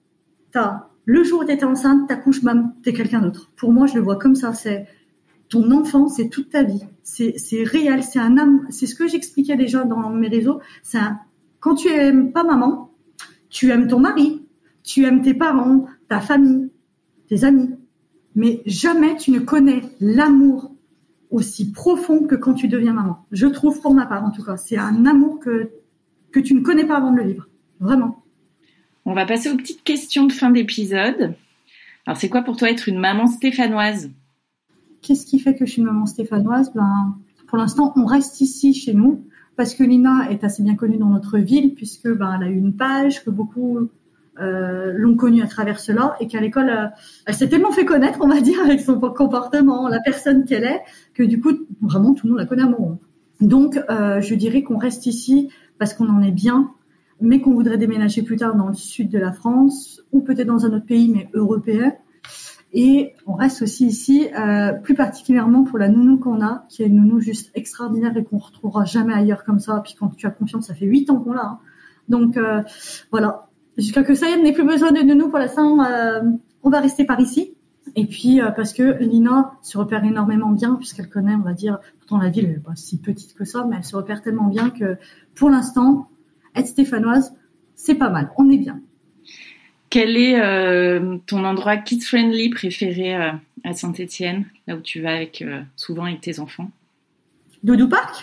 le jour où tu étais enceinte, t'accouches, bam, t'es quelqu'un d'autre. Pour moi, je le vois comme ça. C'est ton enfant, c'est toute ta vie. C'est réel, c'est un âme. C'est ce que j'expliquais déjà dans mes réseaux. Quand tu aimes pas maman, tu aimes ton mari, tu aimes tes parents, ta famille, tes amis. Mais jamais tu ne connais l'amour aussi profond que quand tu deviens maman. Je trouve, pour ma part en tout cas, c'est un amour que tu ne connais pas avant de le vivre. Vraiment. On va passer aux petites questions de fin d'épisode. Alors, c'est quoi pour toi être une maman stéphanoise ? Qu'est-ce qui fait que je suis une maman stéphanoise ? Pour l'instant, on reste ici chez nous parce que Lina est assez bien connue dans notre ville puisque elle a eu une page que beaucoup l'ont connue à travers cela et qu'à l'école, elle s'est tellement fait connaître, on va dire, avec son comportement, la personne qu'elle est, que du coup, vraiment, tout le monde la connaît à Moron. Donc, je dirais qu'on reste ici parce qu'on en est bien, mais qu'on voudrait déménager plus tard dans le sud de la France ou peut-être dans un autre pays, mais européen. Et on reste aussi ici, plus particulièrement pour la nounou qu'on a, qui est une nounou juste extraordinaire et qu'on retrouvera jamais ailleurs comme ça. Puis quand tu as confiance, ça fait 8 ans qu'on l'a. Hein. Donc voilà, jusqu'à que Sayed n'ait plus besoin de nounou pour l'instant, on va rester par ici. Et puis parce que Lina se repère énormément bien, puisqu'elle connaît, on va dire, pourtant la ville n'est pas si petite que ça, mais elle se repère tellement bien que pour l'instant, être stéphanoise, c'est pas mal, on est bien. Quel est ton endroit kids-friendly préféré à Saint-Étienne, là où tu vas souvent avec tes enfants ? Doudou Park.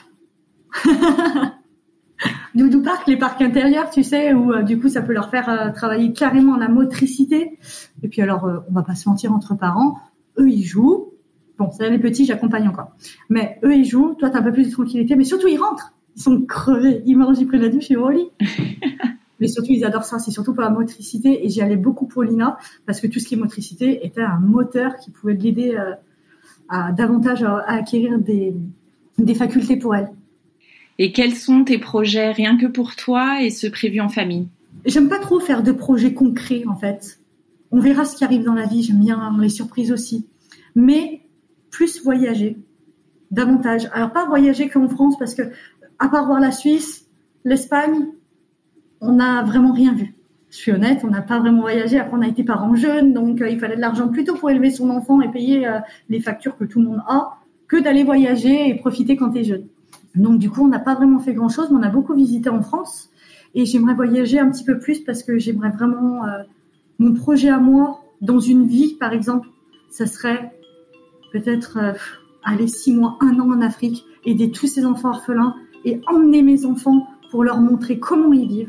Doudou Park, les parcs intérieurs, tu sais, où du coup ça peut leur faire travailler carrément la motricité. Et puis alors, on va pas se mentir entre parents, eux ils jouent. Bon, ça les petits, j'accompagne encore. Mais eux ils jouent, toi t'as un peu plus de tranquillité, mais surtout ils rentrent. Ils sont crevés, ils mangent, ils prennent la douche, ils vont au lit. Mais surtout, ils adorent ça. C'est surtout pour la motricité. Et j'y allais beaucoup pour Lina parce que tout ce qui est motricité était un moteur qui pouvait l'aider à davantage à acquérir des facultés pour elle. Et quels sont tes projets rien que pour toi et ceux prévus en famille ? J'aime pas trop faire de projets concrets, en fait. On verra ce qui arrive dans la vie. J'aime bien les surprises aussi. Mais plus voyager. Davantage. Alors, pas voyager qu'en France parce que, à part voir la Suisse, l'Espagne, on n'a vraiment rien vu. Je suis honnête, on n'a pas vraiment voyagé. Après, on a été parents jeunes, donc il fallait de l'argent plutôt pour élever son enfant et payer les factures que tout le monde a, que d'aller voyager et profiter quand tu es jeune. Donc du coup, on n'a pas vraiment fait grand-chose, mais on a beaucoup visité en France. Et j'aimerais voyager un petit peu plus parce que j'aimerais vraiment... mon projet à moi, dans une vie, par exemple, ça serait peut-être aller 6 mois, 1 an en Afrique, aider tous ces enfants orphelins et emmener mes enfants pour leur montrer comment ils vivent,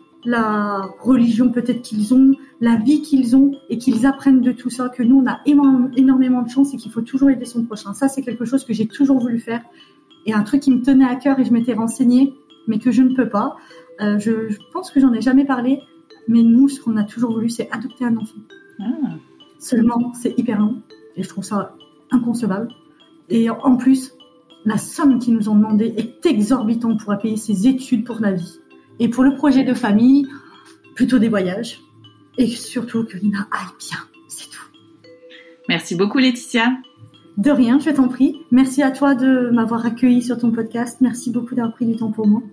la religion peut-être qu'ils ont, la vie qu'ils ont et qu'ils apprennent de tout ça, que nous on a énormément de chance et qu'il faut toujours aider son prochain. Ça c'est quelque chose que j'ai toujours voulu faire et un truc qui me tenait à cœur et je m'étais renseignée mais que je ne peux pas. Je pense que j'en ai jamais parlé, mais nous ce qu'on a toujours voulu c'est adopter un enfant. Seulement c'est hyper long et je trouve ça inconcevable. Et en plus, la somme qu'ils nous ont demandé est exorbitante pour payer ses études pour la vie. Et pour le projet de famille, plutôt des voyages. Et surtout que Lina aille bien, c'est tout. Merci beaucoup Laetitia. De rien, je t'en prie. Merci à toi de m'avoir accueilli sur ton podcast. Merci beaucoup d'avoir pris du temps pour moi.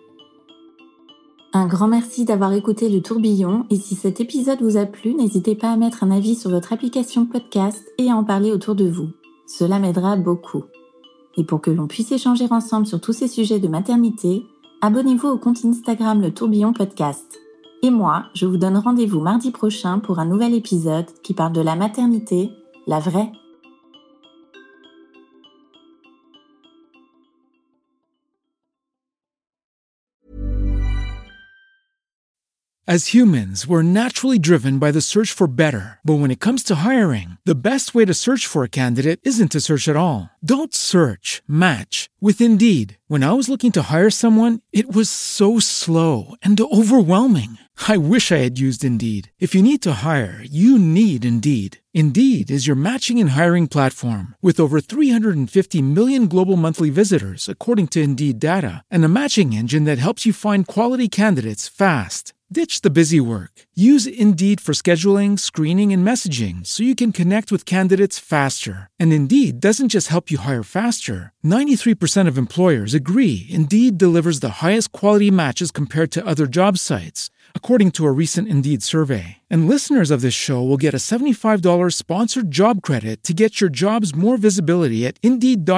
Un grand merci d'avoir écouté Le Tourbillon. Et si cet épisode vous a plu, n'hésitez pas à mettre un avis sur votre application podcast et à en parler autour de vous. Cela m'aidera beaucoup. Et pour que l'on puisse échanger ensemble sur tous ces sujets de maternité, abonnez-vous au compte Instagram Le Tourbillon Podcast. Et moi, je vous donne rendez-vous mardi prochain pour un nouvel épisode qui parle de la maternité, la vraie. As humans, we're naturally driven by the search for better. But when it comes to hiring, the best way to search for a candidate isn't to search at all. Don't search, match with Indeed. When I was looking to hire someone, it was so slow and overwhelming. I wish I had used Indeed. If you need to hire, you need Indeed. Indeed is your matching and hiring platform with over 350 million global monthly visitors, according to Indeed data, and a matching engine that helps you find quality candidates fast. Ditch the busy work. Use Indeed for scheduling, screening, and messaging so you can connect with candidates faster. And Indeed doesn't just help you hire faster. 93% of employers agree Indeed delivers the highest quality matches compared to other job sites, according to a recent Indeed survey. And listeners of this show will get a $75 sponsored job credit to get your jobs more visibility at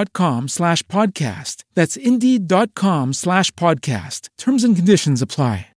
Indeed.com/podcast. That's Indeed.com/podcast. Terms and conditions apply.